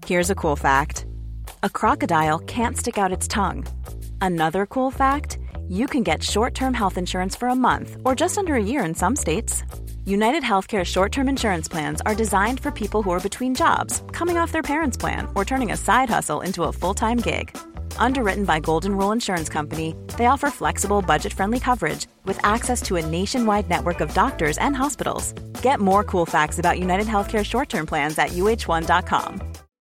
Here's a cool fact. A crocodile can't stick out its tongue. Another cool fact, you can get short-term health insurance for a month or just under a year in some states. United Healthcare short-term insurance plans are designed for people who are between jobs, coming off their parents' plan, or turning a side hustle into a full-time gig. Underwritten by Golden Rule Insurance Company, they offer flexible, budget-friendly coverage with access to a nationwide network of doctors and hospitals. Get more cool facts about United Healthcare short-term plans at uh1.com.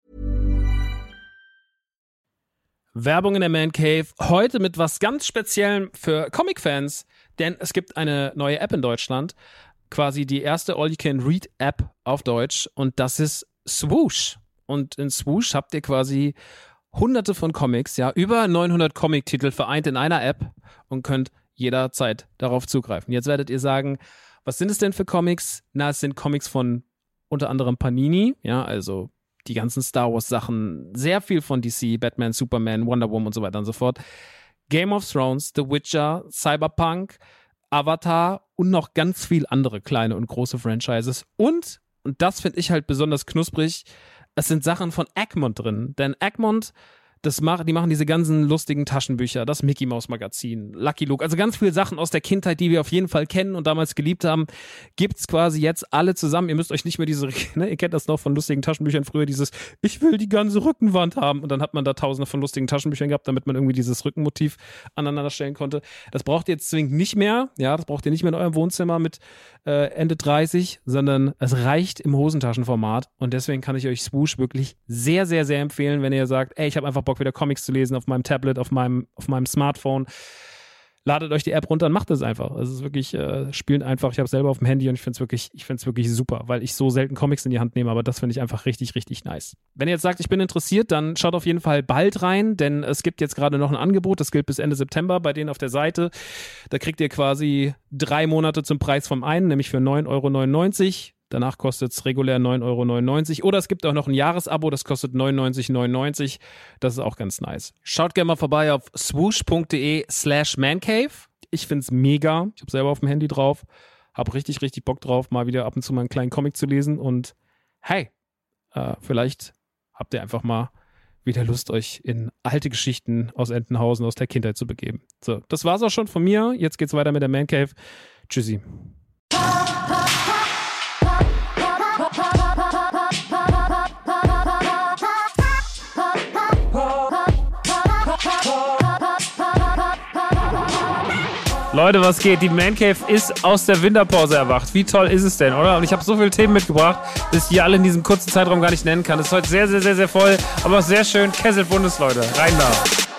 Werbung in der Man Cave. Heute mit was ganz Speziellem für Comic-Fans, denn es gibt eine neue App in Deutschland. Quasi die erste All-You-Can-Read-App auf Deutsch und das ist Swoosh. Und in Swoosh habt ihr quasi hunderte von Comics, ja, über 900 Comic-Titel vereint in einer App und könnt jederzeit darauf zugreifen. Jetzt werdet ihr sagen, was sind es denn für Comics? Na, es sind Comics von unter anderem Panini, ja, also die ganzen Star Wars Sachen, sehr viel von DC, Batman, Superman, Wonder Woman und so weiter und so fort. Game of Thrones, The Witcher, Cyberpunk, Avatar und noch ganz viel andere kleine und große Franchises. Und das finde ich halt besonders knusprig, es sind Sachen von Egmont drin. Denn Egmont, die machen diese ganzen lustigen Taschenbücher, das Mickey Mouse Magazin, Lucky Luke, also ganz viele Sachen aus der Kindheit, die wir auf jeden Fall kennen und damals geliebt haben, gibt's quasi jetzt alle zusammen. Ihr müsst euch nicht mehr ihr kennt das noch von lustigen Taschenbüchern früher, dieses, ich will die ganze Rückenwand haben und dann hat man da tausende von lustigen Taschenbüchern gehabt, damit man irgendwie dieses Rückenmotiv aneinander stellen konnte. Das braucht ihr jetzt zwingend nicht mehr, ja, das braucht ihr nicht mehr in eurem Wohnzimmer mit Ende 30, sondern es reicht im Hosentaschenformat und deswegen kann ich euch Swoosh wirklich sehr, sehr, sehr empfehlen, wenn ihr sagt, ey, ich habe einfach Bock, wieder Comics zu lesen auf meinem Tablet, auf meinem Smartphone. Ladet euch die App runter und macht es einfach. Es ist wirklich, spielt einfach. Ich habe es selber auf dem Handy und ich finde es wirklich super, weil ich so selten Comics in die Hand nehme, aber das finde ich einfach richtig, richtig nice. Wenn ihr jetzt sagt, ich bin interessiert, dann schaut auf jeden Fall bald rein, denn es gibt jetzt gerade noch ein Angebot, das gilt bis Ende September bei denen auf der Seite. Da kriegt ihr quasi 3 Monate zum Preis vom einen, nämlich für 9,99 €. Danach kostet es regulär 9,99 € oder es gibt auch noch ein Jahresabo, das kostet 99,99 €. Das ist auch ganz nice. Schaut gerne mal vorbei auf swoosh.de/mancave. Ich finde es mega. Ich habe selber auf dem Handy drauf. Habe richtig, richtig Bock drauf, mal wieder ab und zu mal einen kleinen Comic zu lesen. Und hey, vielleicht habt ihr einfach mal wieder Lust, euch in alte Geschichten aus Entenhausen, aus der Kindheit zu begeben. So, das war's auch schon von mir. Jetzt geht's weiter mit der Man Cave. Tschüssi. Leute, was geht? Die Man Cave ist aus der Winterpause erwacht. Wie toll ist es denn, oder? Und ich habe so viele Themen mitgebracht, dass ich die alle in diesem kurzen Zeitraum gar nicht nennen kann. Es ist heute sehr, sehr, sehr, sehr voll, aber sehr schön. Kesselbundes, Leute. Rein da.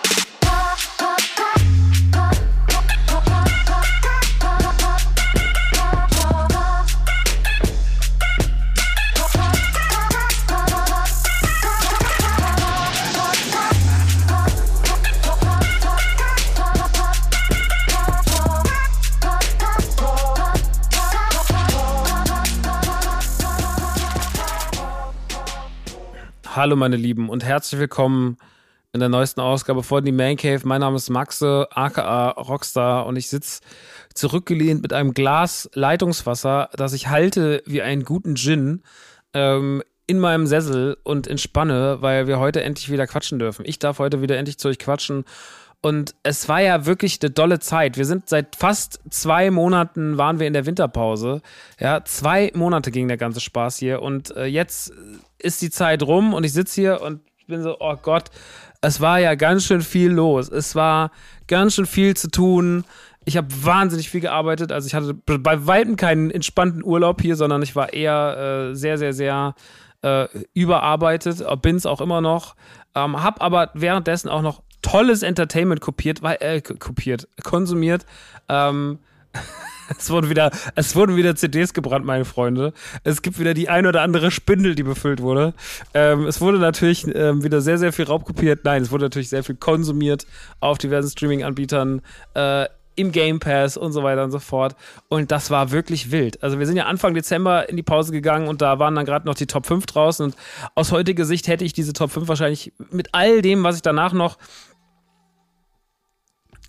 Hallo meine Lieben und herzlich willkommen in der neuesten Ausgabe von die Man Cave. Mein Name ist Maxe, aka Rockstar und ich sitze zurückgelehnt mit einem Glas Leitungswasser, das ich halte wie einen guten Gin in meinem Sessel und entspanne, weil wir heute endlich wieder quatschen dürfen. Ich darf heute wieder endlich zu euch quatschen. Und es war ja wirklich eine dolle Zeit. Wir sind seit fast 2 Monaten waren wir in der Winterpause. Ja, 2 Monate ging der ganze Spaß hier. Und jetzt ist die Zeit rum und ich sitze hier und ich bin so, oh Gott, es war ja ganz schön viel los. Es war ganz schön viel zu tun. Ich habe wahnsinnig viel gearbeitet. Also ich hatte bei weitem keinen entspannten Urlaub hier, sondern ich war eher sehr, sehr, sehr überarbeitet. Bin es auch immer noch. Hab aber währenddessen auch noch tolles Entertainment konsumiert. Es wurden wieder CDs gebrannt, meine Freunde. Es gibt wieder die ein oder andere Spindel, die befüllt wurde. Es wurde natürlich wieder sehr, sehr viel raubkopiert. Nein, es wurde natürlich sehr viel konsumiert auf diversen Streaming-Anbietern, im Game Pass und so weiter und so fort. Und das war wirklich wild. Also wir sind ja Anfang Dezember in die Pause gegangen und da waren dann gerade noch die Top 5 draußen. Und aus heutiger Sicht hätte ich diese Top 5 wahrscheinlich mit all dem, was ich danach noch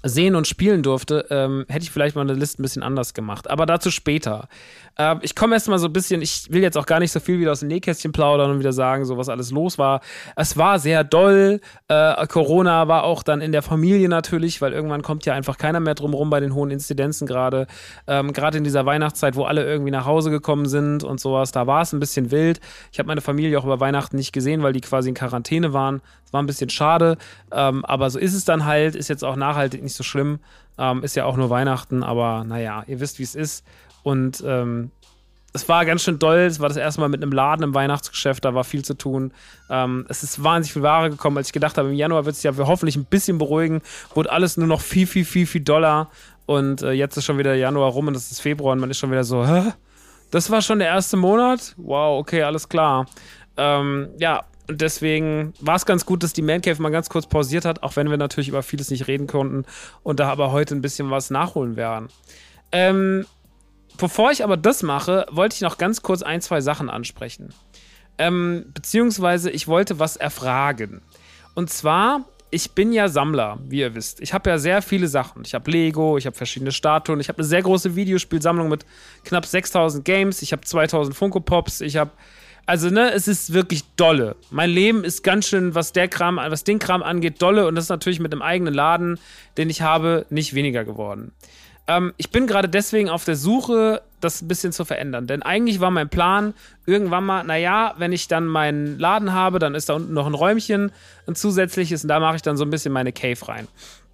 sehen und spielen durfte, hätte ich vielleicht mal eine Liste ein bisschen anders gemacht. Aber dazu später. Ich komme erst mal so ein bisschen, ich will jetzt auch gar nicht so viel wieder aus dem Nähkästchen plaudern und wieder sagen, so was alles los war. Es war sehr doll. Corona war auch dann in der Familie natürlich, weil irgendwann kommt ja einfach keiner mehr drum rum bei den hohen Inzidenzen gerade. Gerade in dieser Weihnachtszeit, wo alle irgendwie nach Hause gekommen sind und sowas, da war es ein bisschen wild. Ich habe meine Familie auch über Weihnachten nicht gesehen, weil die quasi in Quarantäne waren. Das war ein bisschen schade, aber so ist es dann halt, ist jetzt auch nachhaltig nicht so schlimm. Ist ja auch nur Weihnachten, aber naja, ihr wisst, wie es ist. Und es war ganz schön doll. Es war das erste Mal mit einem Laden im Weihnachtsgeschäft, da war viel zu tun. Es ist wahnsinnig viel Ware gekommen, als ich gedacht habe, im Januar wird es ja hoffentlich ein bisschen beruhigen. Wurde alles nur noch viel, viel, viel, viel doller. Und jetzt ist schon wieder Januar rum und es ist Februar und man ist schon wieder so, hä? Das war schon der erste Monat? Wow, okay, alles klar. Ja, und deswegen war es ganz gut, dass die Man Cave mal ganz kurz pausiert hat, auch wenn wir natürlich über vieles nicht reden konnten und da aber heute ein bisschen was nachholen werden. Bevor ich aber das mache, wollte ich noch ganz kurz 1, 2 Sachen ansprechen. Beziehungsweise ich wollte was erfragen. Und zwar, ich bin ja Sammler, wie ihr wisst. Ich habe ja sehr viele Sachen. Ich habe Lego, ich habe verschiedene Statuen, ich habe eine sehr große Videospielsammlung mit knapp 6000 Games, ich habe 2000 Funko Pops, ich habe also, es ist wirklich dolle. Mein Leben ist ganz schön, was den Kram angeht, dolle. Und das ist natürlich mit dem eigenen Laden, den ich habe, nicht weniger geworden. Ich bin gerade deswegen auf der Suche, das ein bisschen zu verändern. Denn eigentlich war mein Plan, irgendwann mal, wenn ich dann meinen Laden habe, dann ist da unten noch ein Räumchen, ein zusätzliches. Und da mache ich dann so ein bisschen meine Cave rein.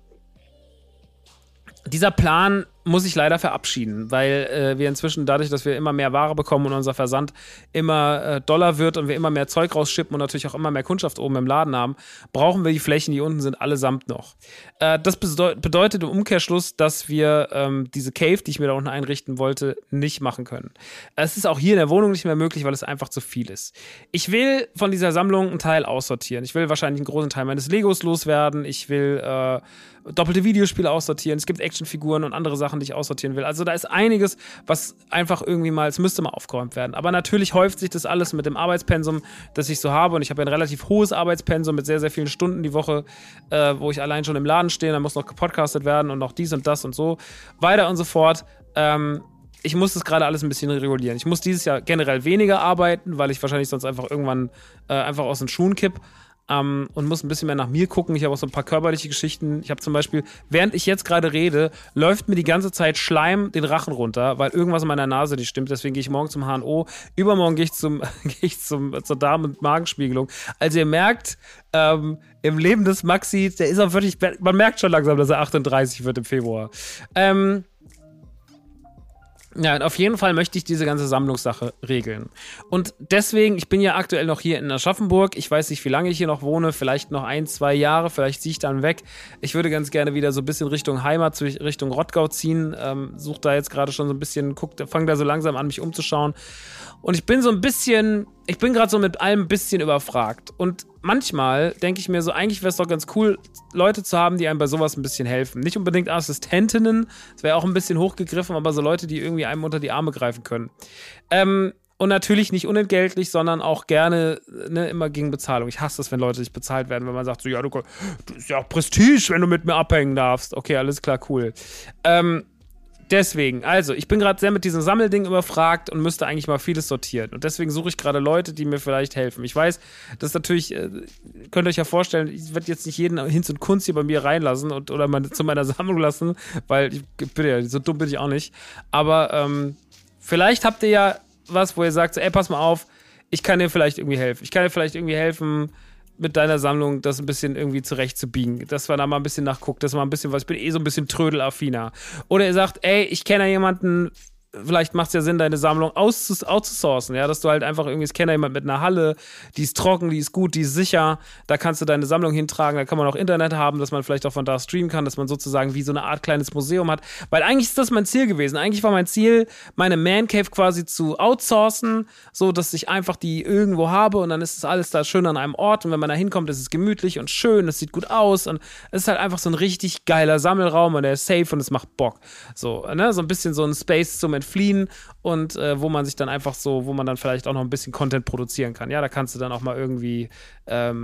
Dieser Plan muss ich leider verabschieden, weil wir inzwischen dadurch, dass wir immer mehr Ware bekommen und unser Versand immer doller wird und wir immer mehr Zeug rausschippen und natürlich auch immer mehr Kundschaft oben im Laden haben, brauchen wir die Flächen, die unten sind, allesamt noch. Das bedeutet im Umkehrschluss, dass wir diese Cave, die ich mir da unten einrichten wollte, nicht machen können. Es ist auch hier in der Wohnung nicht mehr möglich, weil es einfach zu viel ist. Ich will von dieser Sammlung einen Teil aussortieren. Ich will wahrscheinlich einen großen Teil meines Legos loswerden. Ich will doppelte Videospiele aussortieren. Es gibt Actionfiguren und andere Sachen, die ich aussortieren will. Also da ist einiges, was einfach irgendwie mal, es müsste mal aufgeräumt werden. Aber natürlich häuft sich das alles mit dem Arbeitspensum, das ich so habe. Und ich habe ja ein relativ hohes Arbeitspensum mit sehr, sehr vielen Stunden die Woche, wo ich allein schon im Laden stehe. Da muss noch gepodcastet werden und noch dies und das und so weiter und so fort. Ich muss das gerade alles ein bisschen regulieren. Ich muss dieses Jahr generell weniger arbeiten, weil ich wahrscheinlich sonst einfach irgendwann einfach aus den Schuhen kipp. Und muss ein bisschen mehr nach mir gucken. Ich habe auch so ein paar körperliche Geschichten. Ich habe zum Beispiel, während ich jetzt gerade rede, läuft mir die ganze Zeit Schleim den Rachen runter, weil irgendwas in meiner Nase nicht stimmt. Deswegen gehe ich morgen zum HNO. Übermorgen gehe ich zur Darm- und Magenspiegelung. Also ihr merkt, im Leben des Maxi, der ist auch wirklich, man merkt schon langsam, dass er 38 wird im Februar. Ja, und auf jeden Fall möchte ich diese ganze Sammlungssache regeln. Und deswegen, ich bin ja aktuell noch hier in Aschaffenburg. Ich weiß nicht, wie lange ich hier noch wohne. Vielleicht noch 1, 2 Jahre. Vielleicht ziehe ich dann weg. Ich würde ganz gerne wieder so ein bisschen Richtung Heimat, Richtung Rottgau ziehen. Suche da jetzt gerade schon so ein bisschen, fange da so langsam an, mich umzuschauen. Und ich bin gerade so mit allem ein bisschen überfragt. Und manchmal denke ich mir so, eigentlich wäre es doch ganz cool, Leute zu haben, die einem bei sowas ein bisschen helfen. Nicht unbedingt Assistentinnen, das wäre auch ein bisschen hochgegriffen, aber so Leute, die irgendwie einem unter die Arme greifen können. Und natürlich nicht unentgeltlich, sondern auch gerne immer gegen Bezahlung. Ich hasse es, wenn Leute nicht bezahlt werden, wenn man sagt so, ja, du ist ja auch Prestige, wenn du mit mir abhängen darfst. Okay, alles klar, cool. Deswegen, also, ich bin gerade sehr mit diesem Sammelding überfragt und müsste eigentlich mal vieles sortieren. Und deswegen suche ich gerade Leute, die mir vielleicht helfen. Ich weiß, das ist natürlich, könnt ihr euch ja vorstellen, ich werde jetzt nicht jeden Hinz und Kunst hier bei mir reinlassen oder zu meiner Sammlung lassen, weil so dumm bin ich auch nicht. Aber vielleicht habt ihr ja was, wo ihr sagt, so, ey, pass mal auf, ich kann dir vielleicht irgendwie helfen. Mit deiner Sammlung das ein bisschen irgendwie zurechtzubiegen, dass man da mal ein bisschen nachguckt, dass man ein bisschen was, ich bin so ein bisschen trödelaffiner. Oder ihr sagt, ey, ich kenne ja jemanden, vielleicht macht es ja Sinn, deine Sammlung outzusourcen, ja, dass du halt einfach irgendwie, ich kenne ja jemanden mit einer Halle, die ist trocken, die ist gut, die ist sicher, da kannst du deine Sammlung hintragen, da kann man auch Internet haben, dass man vielleicht auch von da streamen kann, dass man sozusagen wie so eine Art kleines Museum hat, weil eigentlich ist das mein Ziel gewesen, eigentlich war mein Ziel, meine Man Cave quasi zu outsourcen, so, dass ich einfach die irgendwo habe und dann ist es alles da schön an einem Ort und wenn man da hinkommt, ist es gemütlich und schön, es sieht gut aus und es ist halt einfach so ein richtig geiler Sammelraum und der ist safe und es macht Bock, so, ne, so ein bisschen so ein Space zum Entfliehen und wo man sich dann einfach so, wo man dann vielleicht auch noch ein bisschen Content produzieren kann. Ja, da kannst du dann auch mal irgendwie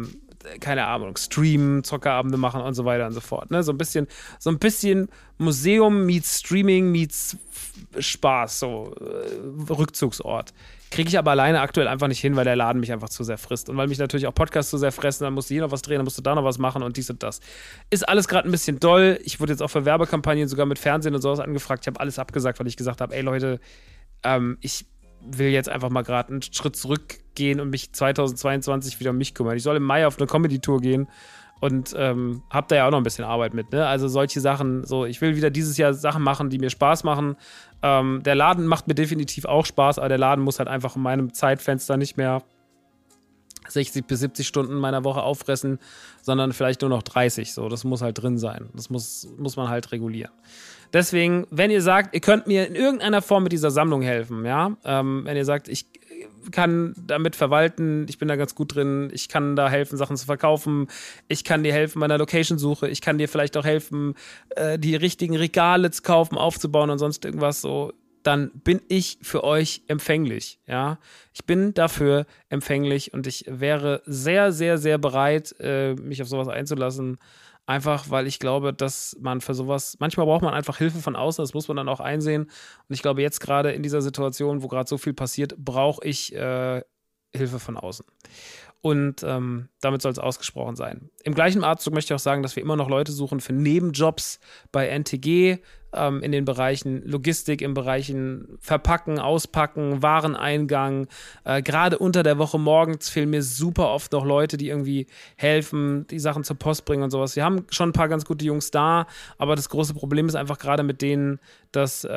keine Ahnung, streamen, Zockerabende machen und so weiter und so fort. Ne? So ein bisschen Museum meets Streaming meets Spaß, so Rückzugsort. Kriege ich aber alleine aktuell einfach nicht hin, weil der Laden mich einfach zu sehr frisst. Und weil mich natürlich auch Podcasts zu sehr fressen, dann musst du hier noch was drehen, dann musst du da noch was machen und dies und das. Ist alles gerade ein bisschen doll. Ich wurde jetzt auch für Werbekampagnen sogar mit Fernsehen und sowas angefragt. Ich habe alles abgesagt, weil ich gesagt habe, ey Leute, ich will jetzt einfach mal gerade einen Schritt zurückgehen und mich 2022 wieder um mich kümmern. Ich soll im Mai auf eine Comedy-Tour gehen und hab da ja auch noch ein bisschen Arbeit mit, ne? Also solche Sachen, so, ich will wieder dieses Jahr Sachen machen, die mir Spaß machen. Der Laden macht mir definitiv auch Spaß, aber der Laden muss halt einfach in meinem Zeitfenster nicht mehr 60 bis 70 Stunden meiner Woche auffressen, sondern vielleicht nur noch 30. So, das muss halt drin sein. Das muss man halt regulieren. Deswegen, wenn ihr sagt, ihr könnt mir in irgendeiner Form mit dieser Sammlung helfen, ja, wenn ihr sagt, ich kann damit verwalten, ich bin da ganz gut drin, ich kann da helfen, Sachen zu verkaufen, ich kann dir helfen bei einer Location-Suche, ich kann dir vielleicht auch helfen, die richtigen Regale zu kaufen, aufzubauen und sonst irgendwas so, dann bin ich für euch empfänglich, ja. Ich bin dafür empfänglich und ich wäre sehr, sehr, sehr bereit, mich auf sowas einzulassen. Einfach, weil ich glaube, dass man für sowas, manchmal braucht man einfach Hilfe von außen, das muss man dann auch einsehen. Und ich glaube, jetzt gerade in dieser Situation, wo gerade so viel passiert, brauche ich Hilfe von außen. Und damit soll es ausgesprochen sein. Im gleichen Atemzug möchte ich auch sagen, dass wir immer noch Leute suchen für Nebenjobs bei NTG, in den Bereichen Logistik, in Bereichen Verpacken, Auspacken, Wareneingang. Gerade unter der Woche morgens fehlen mir super oft noch Leute, die irgendwie helfen, die Sachen zur Post bringen und sowas. Wir haben schon ein paar ganz gute Jungs da, aber das große Problem ist einfach gerade mit denen, dass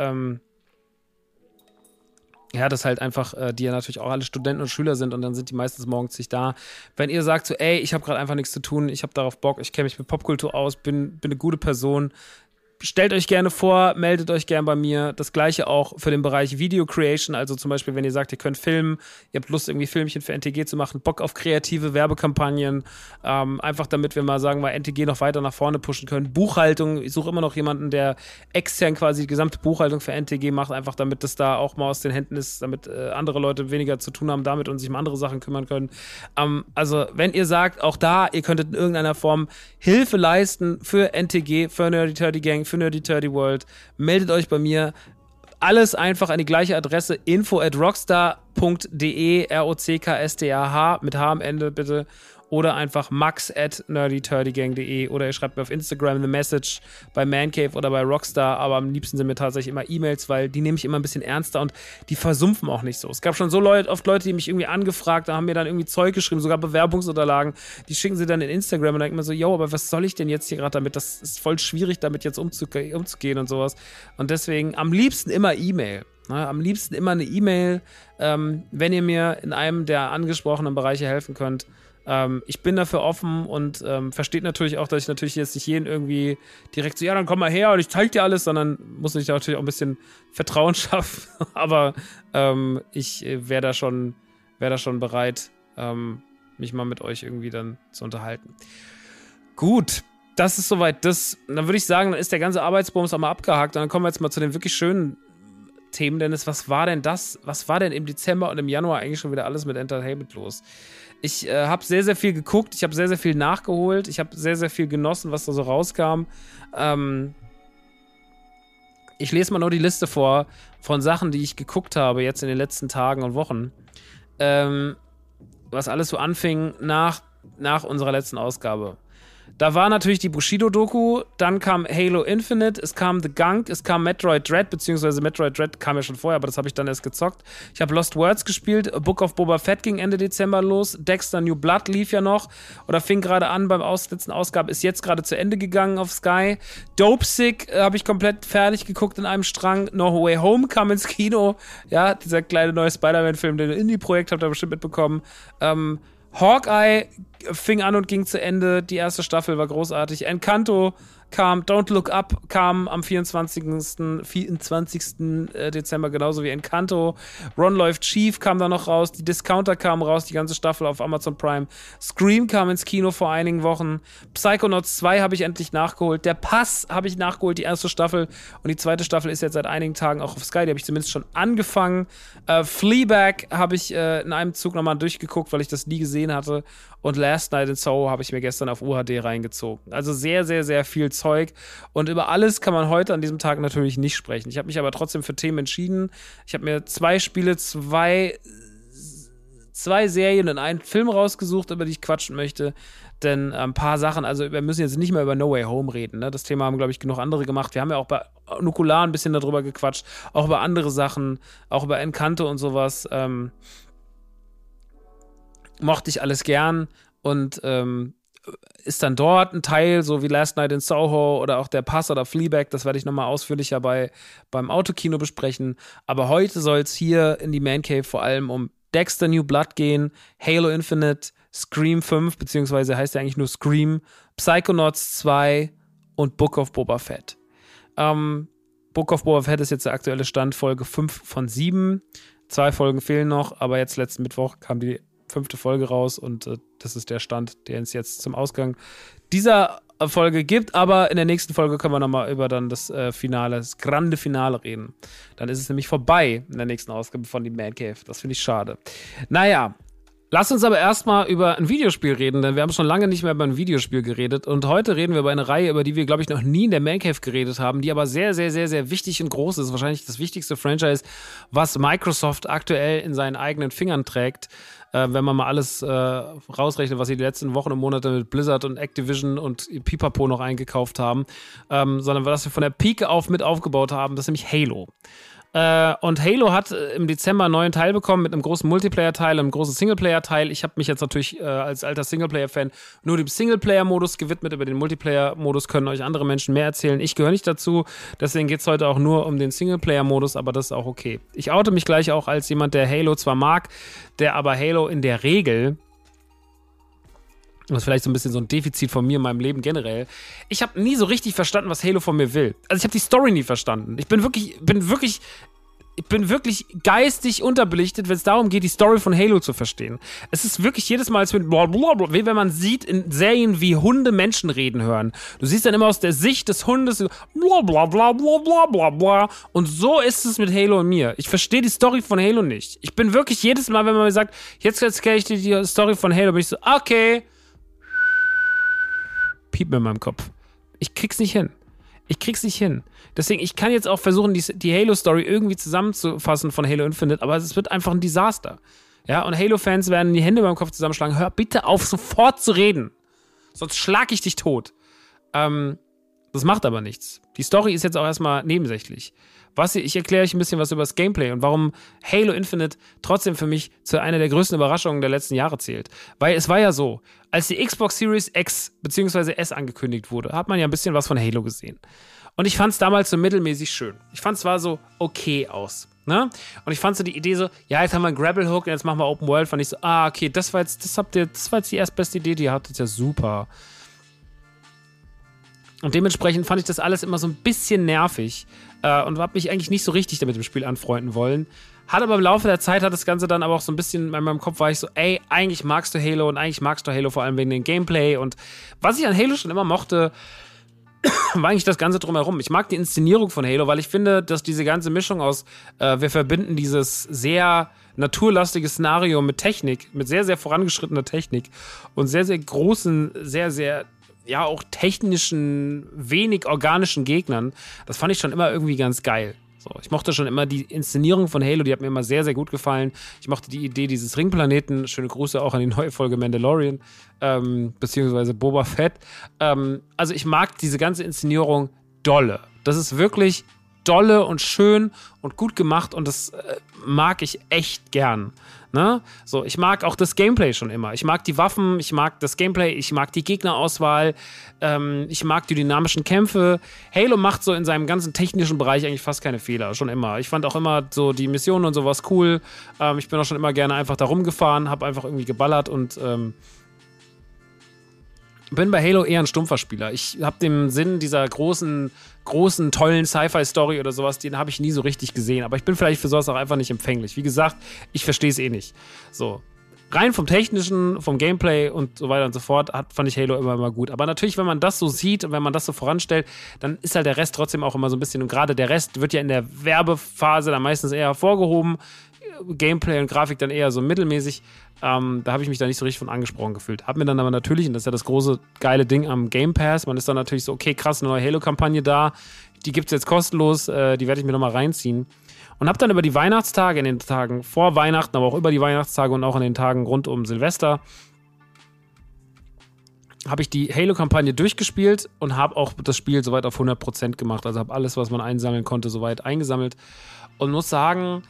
das halt einfach, die ja natürlich auch alle Studenten und Schüler sind und dann sind die meistens morgens nicht da. Wenn ihr sagt so, ey, ich habe gerade einfach nichts zu tun, ich habe darauf Bock, ich kenne mich mit Popkultur aus, bin eine gute Person, stellt euch gerne vor, meldet euch gerne bei mir. Das Gleiche auch für den Bereich Video Creation, also zum Beispiel, wenn ihr sagt, ihr könnt filmen, ihr habt Lust, irgendwie Filmchen für NTG zu machen, Bock auf kreative Werbekampagnen, einfach damit wir mal sagen, weil NTG noch weiter nach vorne pushen können. Buchhaltung, ich suche immer noch jemanden, der extern quasi die gesamte Buchhaltung für NTG macht, einfach damit das da auch mal aus den Händen ist, damit andere Leute weniger zu tun haben damit und sich um andere Sachen kümmern können. Also, wenn ihr sagt, auch da, ihr könntet in irgendeiner Form Hilfe leisten für NTG, für Nerdy Turdy Gang, für Nerdy Turdy World, meldet euch bei mir. Alles einfach an die gleiche Adresse, info@rockstar.de, ROCKSTAH, mit H am Ende bitte, oder einfach max@nerdyturdygang.de, oder ihr schreibt mir auf Instagram eine Message bei Mancave oder bei Rockstar, aber am liebsten sind mir tatsächlich immer E-Mails, weil die nehme ich immer ein bisschen ernster und die versumpfen auch nicht so. Es gab schon so oft Leute, die mich irgendwie angefragt haben, mir dann irgendwie Zeug geschrieben, sogar Bewerbungsunterlagen, die schicken sie dann in Instagram und dann denke ich mir so, yo, aber was soll ich denn jetzt hier gerade damit? Das ist voll schwierig, damit jetzt umzugehen und sowas. Und deswegen am liebsten immer E-Mail. Am liebsten immer eine E-Mail, wenn ihr mir in einem der angesprochenen Bereiche helfen könnt. Ich bin dafür offen und versteht natürlich auch, dass ich natürlich jetzt nicht jeden irgendwie direkt so, ja, dann komm mal her und ich zeig dir alles, sondern muss ich da natürlich auch ein bisschen Vertrauen schaffen. Aber ich wäre da schon bereit, mich mal mit euch irgendwie dann zu unterhalten. Gut, das ist soweit das. Dann würde ich sagen, dann ist der ganze Arbeitsbums auch mal abgehakt und dann kommen wir jetzt mal zu den wirklich schönen Themen, Dennis. Was war denn im Dezember und im Januar eigentlich schon wieder alles mit Entertainment los? Ich habe sehr, sehr viel geguckt, ich habe sehr, sehr viel nachgeholt, ich habe sehr, sehr viel genossen, was da so rauskam. Ich lese mal nur die Liste vor von Sachen, die ich geguckt habe jetzt in den letzten Tagen und Wochen. Was alles so anfing nach unserer letzten Ausgabe. Da war natürlich die Bushido-Doku, dann kam Halo Infinite, es kam The Gunk, es kam Metroid Dread, beziehungsweise Metroid Dread kam ja schon vorher, aber das habe ich dann erst gezockt. Ich habe Lost Words gespielt, A Book of Boba Fett ging Ende Dezember los, Dexter New Blood lief ja noch oder fing gerade an beim letzten Ausgabe, ist jetzt gerade zu Ende gegangen auf Sky. Dopesick habe ich komplett fertig geguckt in einem Strang. No Way Home kam ins Kino, ja, dieser kleine neue Spider-Man-Film, den Indie-Projekt habt ihr bestimmt mitbekommen. Hawkeye fing an und ging zu Ende. Die erste Staffel war großartig. Encanto kam, Don't Look Up kam am 24. Dezember, genauso wie Encanto. Ron läuft schief kam da noch raus, die Discounter kam raus, die ganze Staffel auf Amazon Prime. Scream kam ins Kino vor einigen Wochen. Psychonauts 2 habe ich endlich nachgeholt. Der Pass habe ich nachgeholt, die erste Staffel. Und die zweite Staffel ist jetzt seit einigen Tagen auch auf Sky, die habe ich zumindest schon angefangen. Fleabag habe ich in einem Zug nochmal durchgeguckt, weil ich das nie gesehen hatte. Und Last Night in Soho habe ich mir gestern auf UHD reingezogen. Also sehr, sehr, sehr viel Zeug. Und über alles kann man heute an diesem Tag natürlich nicht sprechen. Ich habe mich aber trotzdem für Themen entschieden. Ich habe mir 2 Spiele, zwei Serien und einen Film rausgesucht, über die ich quatschen möchte. Denn ein paar Sachen, also wir müssen jetzt nicht mehr über No Way Home reden. Ne? Das Thema haben, glaube ich, genug andere gemacht. Wir haben ja auch bei Nukular ein bisschen darüber gequatscht. Auch über andere Sachen, auch über Encanto und sowas. Mochte ich alles gern und ist dann dort ein Teil, so wie Last Night in Soho oder auch der Pass oder Fleabag, das werde ich nochmal ausführlicher beim Autokino besprechen. Aber heute soll es hier in die Man Cave vor allem um Dexter New Blood gehen, Halo Infinite, Scream 5, beziehungsweise heißt ja eigentlich nur Scream, Psychonauts 2 und Book of Boba Fett. Book of Boba Fett ist jetzt der aktuelle Stand, Folge 5 von 7. 2 Folgen fehlen noch, aber jetzt letzten Mittwoch kam die 5. Folge raus und das ist der Stand, der uns jetzt zum Ausgang dieser Folge gibt. Aber in der nächsten Folge können wir nochmal über dann das Finale, das grande Finale reden. Dann ist es nämlich vorbei in der nächsten Ausgabe von die Man Cave. Das finde ich schade. Naja, lass uns aber erstmal über ein Videospiel reden, denn wir haben schon lange nicht mehr über ein Videospiel geredet. Und heute reden wir über eine Reihe, über die wir, glaube ich, noch nie in der Man Cave geredet haben, die aber sehr, sehr, sehr, sehr wichtig und groß ist. Wahrscheinlich das wichtigste Franchise, was Microsoft aktuell in seinen eigenen Fingern trägt. Wenn man mal alles rausrechnet, was sie die letzten Wochen und Monate mit Blizzard und Activision und Pipapo noch eingekauft haben, sondern was wir von der Pike auf mit aufgebaut haben, das ist nämlich Halo. Und Halo hat im Dezember einen neuen Teil bekommen mit einem großen Multiplayer-Teil und einem großen Singleplayer-Teil. Ich habe mich jetzt natürlich als alter Singleplayer-Fan nur dem Singleplayer-Modus gewidmet. Über den Multiplayer-Modus können euch andere Menschen mehr erzählen. Ich gehöre nicht dazu, deswegen geht es heute auch nur um den Singleplayer-Modus, aber das ist auch okay. Ich oute mich gleich auch als jemand, der Halo zwar mag, der aber Halo in der Regel, das ist vielleicht so ein bisschen so ein Defizit von mir in meinem Leben generell. Ich habe nie so richtig verstanden, was Halo von mir will. Also ich habe die Story nie verstanden. Ich bin wirklich geistig unterbelichtet, wenn es darum geht, die Story von Halo zu verstehen. Es ist wirklich jedes Mal, als mit blablabla, wie wenn man sieht in Serien, wie Hunde Menschen reden hören. Du siehst dann immer aus der Sicht des Hundes blablabla. Und so ist es mit Halo und mir. Ich verstehe die Story von Halo nicht. Ich bin wirklich jedes Mal, wenn man mir sagt, jetzt erkläre ich dir die Story von Halo, bin ich so, okay. Piep mir in meinem Kopf. Ich krieg's nicht hin. Deswegen, ich kann jetzt auch versuchen, die Halo-Story irgendwie zusammenzufassen von Halo Infinite, aber es wird einfach ein Desaster. Ja, und Halo-Fans werden die Hände beim Kopf zusammenschlagen. Hör bitte auf, sofort zu reden. Sonst schlag ich dich tot. Das macht aber nichts. Die Story ist jetzt auch erstmal nebensächlich. Ich erkläre euch ein bisschen was über das Gameplay und warum Halo Infinite trotzdem für mich zu einer der größten Überraschungen der letzten Jahre zählt. Weil es war ja so, als die Xbox Series X bzw. S angekündigt wurde, hat man ja ein bisschen was von Halo gesehen. Und ich fand es damals so mittelmäßig schön. Ich fand es zwar so okay aus. Ne? Und ich fand so die Idee so, ja, jetzt haben wir einen Grapple Hook und jetzt machen wir Open World. Fand ich so, okay, das war jetzt die erstbeste Idee, die ihr hattet, ja super. Und dementsprechend fand ich das alles immer so ein bisschen nervig und habe mich eigentlich nicht so richtig damit im Spiel anfreunden wollen. Hat aber im Laufe der Zeit das Ganze dann aber auch so ein bisschen in meinem Kopf war ich so, ey, eigentlich magst du Halo und eigentlich magst du Halo vor allem wegen dem Gameplay und was ich an Halo schon immer mochte, war eigentlich das Ganze drumherum. Ich mag die Inszenierung von Halo, weil ich finde, dass diese ganze Mischung aus, wir verbinden dieses sehr naturlastige Szenario mit Technik, mit sehr, sehr vorangeschrittener Technik und sehr, sehr großen, sehr, sehr ja auch technischen, wenig organischen Gegnern. Das fand ich schon immer irgendwie ganz geil. So, ich mochte schon immer die Inszenierung von Halo, die hat mir immer sehr, sehr gut gefallen. Ich mochte die Idee dieses Ringplaneten. Schöne Grüße auch an die neue Folge Mandalorian, beziehungsweise Boba Fett. Also ich mag diese ganze Inszenierung dolle. Das ist wirklich dolle und schön und gut gemacht und das mag ich echt gern. Ne? So, ich mag auch das Gameplay schon immer. Ich mag die Waffen, ich mag das Gameplay, ich mag die Gegnerauswahl, ich mag die dynamischen Kämpfe. Halo macht so in seinem ganzen technischen Bereich eigentlich fast keine Fehler, schon immer. Ich fand auch immer so die Missionen und sowas cool. Ich bin auch schon immer gerne einfach da rumgefahren, hab einfach irgendwie geballert und bin bei Halo eher ein stumpfer Spieler. Ich habe den Sinn dieser großen, tollen Sci-Fi-Story oder sowas, den habe ich nie so richtig gesehen. Aber ich bin vielleicht für sowas auch einfach nicht empfänglich. Wie gesagt, ich verstehe es eh nicht. So. Rein vom Technischen, vom Gameplay und so weiter und so fort, fand ich Halo immer gut. Aber natürlich, wenn man das so sieht und wenn man das so voranstellt, dann ist halt der Rest trotzdem auch immer so ein bisschen, und gerade der Rest wird ja in der Werbephase dann meistens eher hervorgehoben. Gameplay und Grafik dann eher so mittelmäßig. Da habe ich mich da nicht so richtig von angesprochen gefühlt. Hab mir dann aber natürlich, und das ist ja das große, geile Ding am Game Pass, man ist dann natürlich so, okay, krass, eine neue Halo-Kampagne da, die gibt's jetzt kostenlos, die werde ich mir nochmal reinziehen. Und habe dann über die Weihnachtstage, in den Tagen vor Weihnachten, aber auch über die Weihnachtstage und auch in den Tagen rund um Silvester, habe ich die Halo-Kampagne durchgespielt und habe auch das Spiel soweit auf 100% gemacht. Also habe alles, was man einsammeln konnte, soweit eingesammelt. Und muss sagen,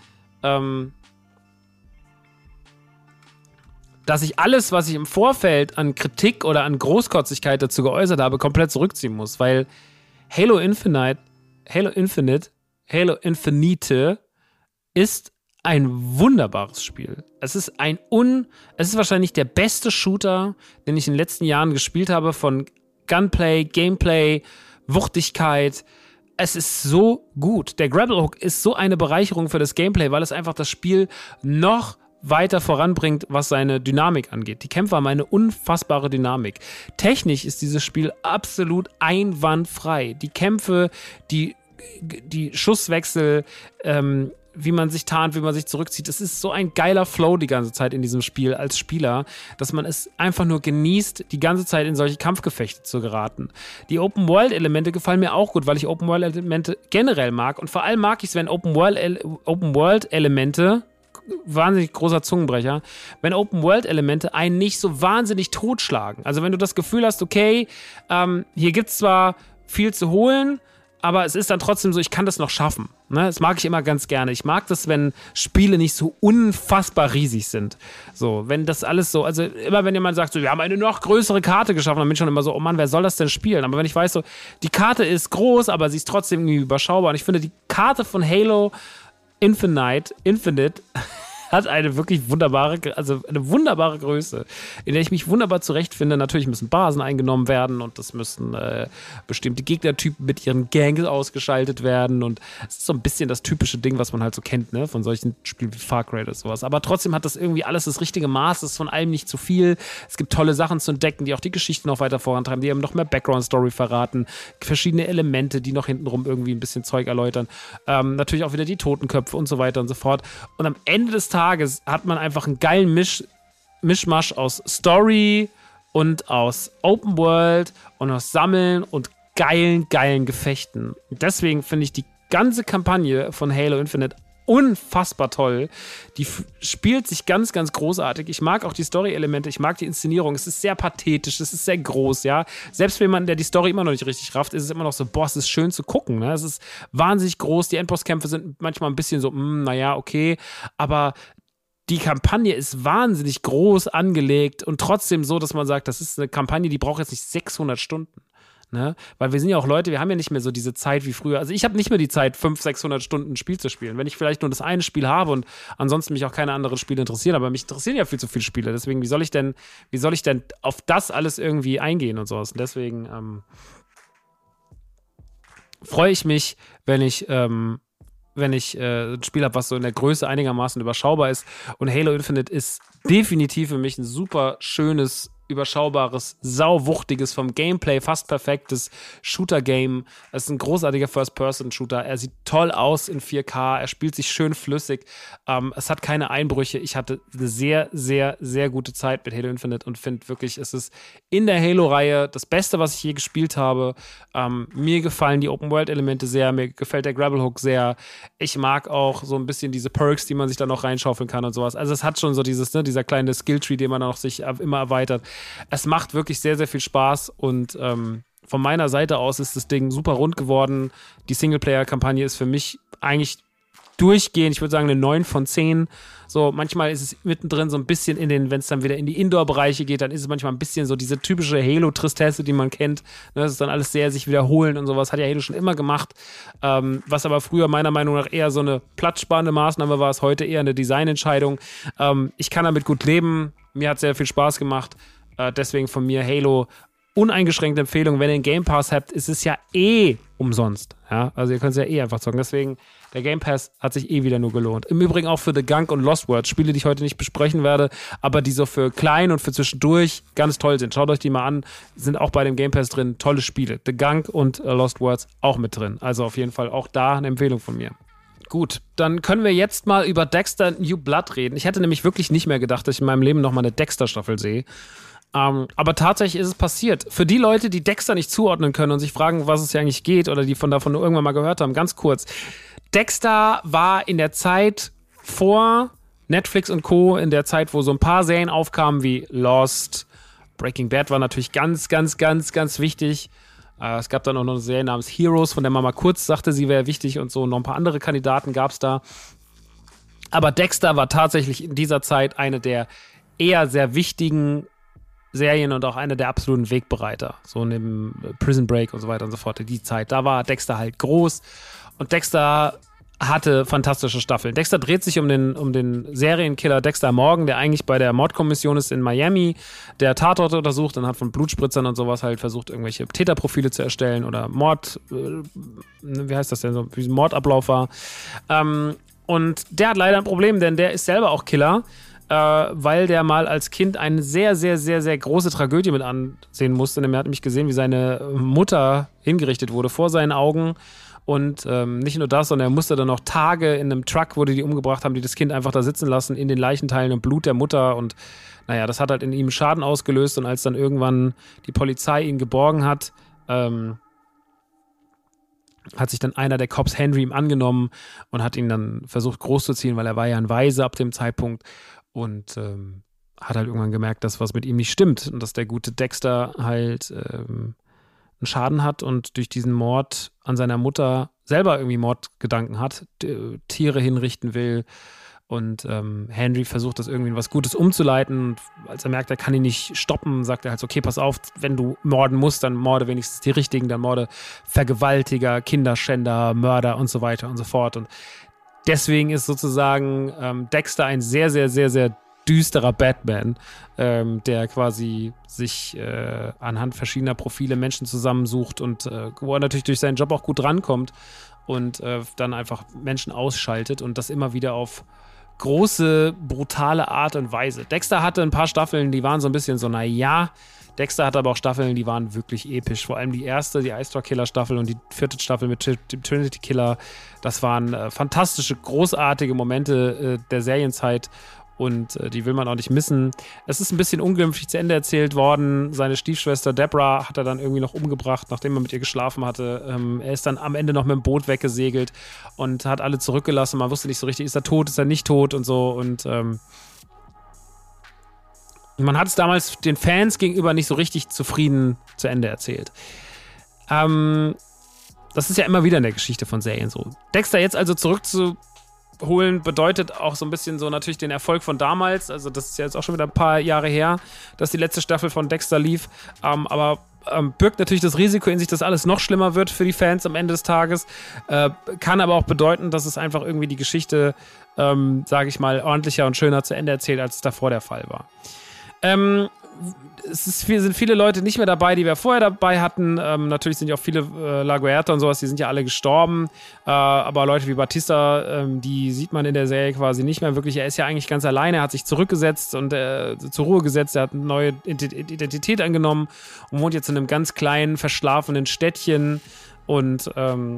dass ich alles, was ich im Vorfeld an Kritik oder an Großkotzigkeit dazu geäußert habe, komplett zurückziehen muss. Weil Halo Infinite ist ein wunderbares Spiel. Es ist wahrscheinlich der beste Shooter, den ich in den letzten Jahren gespielt habe, von Gunplay, Gameplay, Wuchtigkeit. Es ist so gut. Der Grapple-Hook ist so eine Bereicherung für das Gameplay, weil es einfach das Spiel noch weiter voranbringt, was seine Dynamik angeht. Die Kämpfe haben eine unfassbare Dynamik. Technisch ist dieses Spiel absolut einwandfrei. Die Kämpfe, die Schusswechsel, wie man sich tarnt, wie man sich zurückzieht. Es ist so ein geiler Flow die ganze Zeit in diesem Spiel als Spieler, dass man es einfach nur genießt, die ganze Zeit in solche Kampfgefechte zu geraten. Die Open-World-Elemente gefallen mir auch gut, weil ich Open-World-Elemente generell mag. Und vor allem mag ich es, wenn Open-World-Elemente, wahnsinnig großer Zungenbrecher, wenn Open-World-Elemente einen nicht so wahnsinnig totschlagen. Also wenn du das Gefühl hast, okay, hier gibt es zwar viel zu holen, aber es ist dann trotzdem so, ich kann das noch schaffen. Ne? Das mag ich immer ganz gerne. Ich mag das, wenn Spiele nicht so unfassbar riesig sind. So, wenn das alles so, also immer wenn jemand sagt, so, wir haben eine noch größere Karte geschaffen, dann bin ich schon immer so, oh Mann, wer soll das denn spielen? Aber wenn ich weiß, so, die Karte ist groß, aber sie ist trotzdem irgendwie überschaubar. Und ich finde, die Karte von Halo Infinite hat eine wirklich wunderbare Größe, in der ich mich wunderbar zurechtfinde. Natürlich müssen Basen eingenommen werden und es müssen bestimmte Gegnertypen mit ihren Gangs ausgeschaltet werden und es ist so ein bisschen das typische Ding, was man halt so kennt, ne, von solchen Spielen wie Far Cry oder sowas. Aber trotzdem hat das irgendwie alles das richtige Maß, es ist von allem nicht zu viel. Es gibt tolle Sachen zu entdecken, die auch die Geschichte noch weiter vorantreiben, die haben noch mehr Background-Story verraten, verschiedene Elemente, die noch hintenrum irgendwie ein bisschen Zeug erläutern. Natürlich auch wieder die Totenköpfe und so weiter und so fort. Und am Ende des Tages hat man einfach einen geilen Mischmasch aus Story und aus Open World und aus Sammeln und geilen Gefechten. Und deswegen finde ich die ganze Kampagne von Halo Infinite unfassbar toll. Die spielt sich ganz großartig. Ich mag auch die Story-Elemente, ich mag die Inszenierung. Es ist sehr pathetisch, es ist sehr groß, ja. Selbst für jemanden, der die Story immer noch nicht richtig rafft, ist es immer noch so, boah, es ist schön zu gucken, ne? Es ist wahnsinnig groß, die Endbosskämpfe sind manchmal ein bisschen so, naja, okay, aber die Kampagne ist wahnsinnig groß angelegt und trotzdem so, dass man sagt, das ist eine Kampagne, die braucht jetzt nicht 600 Stunden. Ne? Weil wir sind ja auch Leute, wir haben ja nicht mehr so diese Zeit wie früher. Also ich habe nicht mehr die Zeit, 500-600 Stunden ein Spiel zu spielen. Wenn ich vielleicht nur das eine Spiel habe und ansonsten mich auch keine anderen Spiele interessieren, aber mich interessieren ja viel zu viele Spiele. Deswegen, wie soll ich denn auf das alles irgendwie eingehen und sowas? Und deswegen freue ich mich, wenn ich ein Spiel habe, was so in der Größe einigermaßen überschaubar ist. Und Halo Infinite ist definitiv für mich ein super schönes, überschaubares, sauwuchtiges, vom Gameplay fast perfektes Shooter-Game. Es ist ein großartiger First-Person-Shooter. Er sieht toll aus in 4K. Er spielt sich schön flüssig. Es hat keine Einbrüche. Ich hatte eine sehr, sehr, sehr gute Zeit mit Halo Infinite und finde wirklich, es ist in der Halo-Reihe das Beste, was ich je gespielt habe. Mir gefallen die Open-World-Elemente sehr. Mir gefällt der Grapple-Hook sehr. Ich mag auch so ein bisschen diese Perks, die man sich da noch reinschaufeln kann und sowas. Also es hat schon so dieses, ne, dieser kleine Skill-Tree, den man auch sich immer erweitert. Es macht wirklich sehr, sehr viel Spaß und von meiner Seite aus ist das Ding super rund geworden. Die Singleplayer-Kampagne ist für mich eigentlich durchgehend, ich würde sagen, eine 9 von 10. So, manchmal ist es mittendrin so ein bisschen wenn es dann wieder in die Indoor-Bereiche geht, dann ist es manchmal ein bisschen so diese typische Halo-Tristesse, die man kennt. Das ist dann alles sehr sich wiederholen und sowas. Hat ja Halo schon immer gemacht. Was aber früher meiner Meinung nach eher so eine platzsparende Maßnahme war, ist heute eher eine Designentscheidung. Ich kann damit gut leben. Mir hat sehr viel Spaß gemacht. Deswegen von mir Halo uneingeschränkte Empfehlung. Wenn ihr einen Game Pass habt, ist es ja umsonst. Ja? Also ihr könnt es ja einfach zocken. Deswegen, der Game Pass hat sich wieder nur gelohnt. Im Übrigen auch für The Gunk und Lost Words, Spiele, die ich heute nicht besprechen werde, aber die so für klein und für zwischendurch ganz toll sind. Schaut euch die mal an. Sind auch bei dem Game Pass drin. Tolle Spiele. The Gunk und Lost Words auch mit drin. Also auf jeden Fall auch da eine Empfehlung von mir. Gut, dann können wir jetzt mal über Dexter New Blood reden. Ich hätte nämlich wirklich nicht mehr gedacht, dass ich in meinem Leben nochmal eine Dexter-Staffel sehe. Aber tatsächlich ist es passiert. Für die Leute, die Dexter nicht zuordnen können und sich fragen, was es hier eigentlich geht oder die davon nur irgendwann mal gehört haben, ganz kurz. Dexter war in der Zeit vor Netflix und Co., in der Zeit, wo so ein paar Serien aufkamen wie Lost, Breaking Bad war natürlich ganz, ganz, ganz, ganz wichtig. Es gab dann auch noch eine Serie namens Heroes, von der man mal kurz sagte, sie wäre wichtig und so. Noch ein paar andere Kandidaten gab es da. Aber Dexter war tatsächlich in dieser Zeit eine der eher sehr wichtigen Serien und auch eine der absoluten Wegbereiter. So neben Prison Break und so weiter und so fort. In die Zeit, da war Dexter halt groß. Und Dexter hatte fantastische Staffeln. Dexter dreht sich um den Serienkiller Dexter Morgan, der eigentlich bei der Mordkommission ist in Miami, der Tatorte untersucht und hat von Blutspritzern und sowas halt versucht, irgendwelche Täterprofile zu erstellen oder wie heißt das denn so, wie ein Mordablauf war. Und der hat leider ein Problem, denn der ist selber auch Killer, weil der mal als Kind eine sehr, sehr, sehr, sehr große Tragödie mit ansehen musste. Denn er hat nämlich gesehen, wie seine Mutter hingerichtet wurde vor seinen Augen. Und nicht nur das, sondern er musste dann noch Tage in einem Truck, wo die umgebracht haben, die das Kind einfach da sitzen lassen, in den Leichenteilen und Blut der Mutter. Und naja, das hat halt in ihm Schaden ausgelöst. Und als dann irgendwann die Polizei ihn geborgen hat, hat sich dann einer der Cops, Henry, ihm angenommen und hat ihn dann versucht großzuziehen, weil er war ja ein Waise ab dem Zeitpunkt. Und hat halt irgendwann gemerkt, dass was mit ihm nicht stimmt. Und dass der gute Dexter halt einen Schaden hat und durch diesen Mord an seiner Mutter selber irgendwie Mordgedanken hat, Tiere hinrichten will und Henry versucht das irgendwie in was Gutes umzuleiten und als er merkt, er kann ihn nicht stoppen, sagt er halt so, okay, pass auf, wenn du morden musst, dann morde wenigstens die Richtigen, dann morde Vergewaltiger, Kinderschänder, Mörder und so weiter und so fort und deswegen ist sozusagen Dexter ein sehr, sehr, sehr, sehr düsterer Batman, der quasi sich anhand verschiedener Profile Menschen zusammensucht und wo er natürlich durch seinen Job auch gut rankommt und dann einfach Menschen ausschaltet und das immer wieder auf große, brutale Art und Weise. Dexter hatte ein paar Staffeln, die waren so ein bisschen so, naja. Dexter hatte aber auch Staffeln, die waren wirklich episch. Vor allem die erste, die Eye Star Killer Staffel und die 4. Staffel mit dem Trinity Killer. Das waren fantastische, großartige Momente der Serienzeit. Und die will man auch nicht missen. Es ist ein bisschen unglimpflich zu Ende erzählt worden. Seine Stiefschwester Deborah hat er dann irgendwie noch umgebracht, nachdem er mit ihr geschlafen hatte. Er ist dann am Ende noch mit dem Boot weggesegelt und hat alle zurückgelassen. Man wusste nicht so richtig, ist er tot, ist er nicht tot und so. Und man hat es damals den Fans gegenüber nicht so richtig zufrieden zu Ende erzählt. Das ist ja immer wieder in der Geschichte von Serien so. Dexter jetzt also zurückzuholen bedeutet auch so ein bisschen so natürlich den Erfolg von damals. Also das ist ja jetzt auch schon wieder ein paar Jahre her, dass die letzte Staffel von Dexter lief. Aber birgt natürlich das Risiko in sich, dass alles noch schlimmer wird für die Fans am Ende des Tages. Kann aber auch bedeuten, dass es einfach irgendwie die Geschichte, sage ich mal, ordentlicher und schöner zu Ende erzählt, als es davor der Fall war. Sind viele Leute nicht mehr dabei, die wir vorher dabei hatten. Natürlich sind ja auch viele La Guerta und sowas, die sind ja alle gestorben. Aber Leute wie Batista, die sieht man in der Serie quasi nicht mehr wirklich. Er ist ja eigentlich ganz alleine, er hat sich zurückgesetzt und zur Ruhe gesetzt. Er hat eine neue Identität angenommen und wohnt jetzt in einem ganz kleinen, verschlafenen Städtchen und